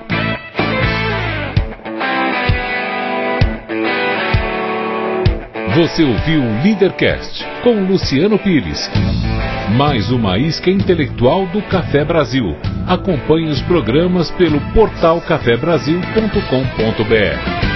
Você ouviu o Leadercast com Luciano Pires. Mais uma isca intelectual do Café Brasil. Acompanhe os programas pelo portal café brasil ponto com ponto b r.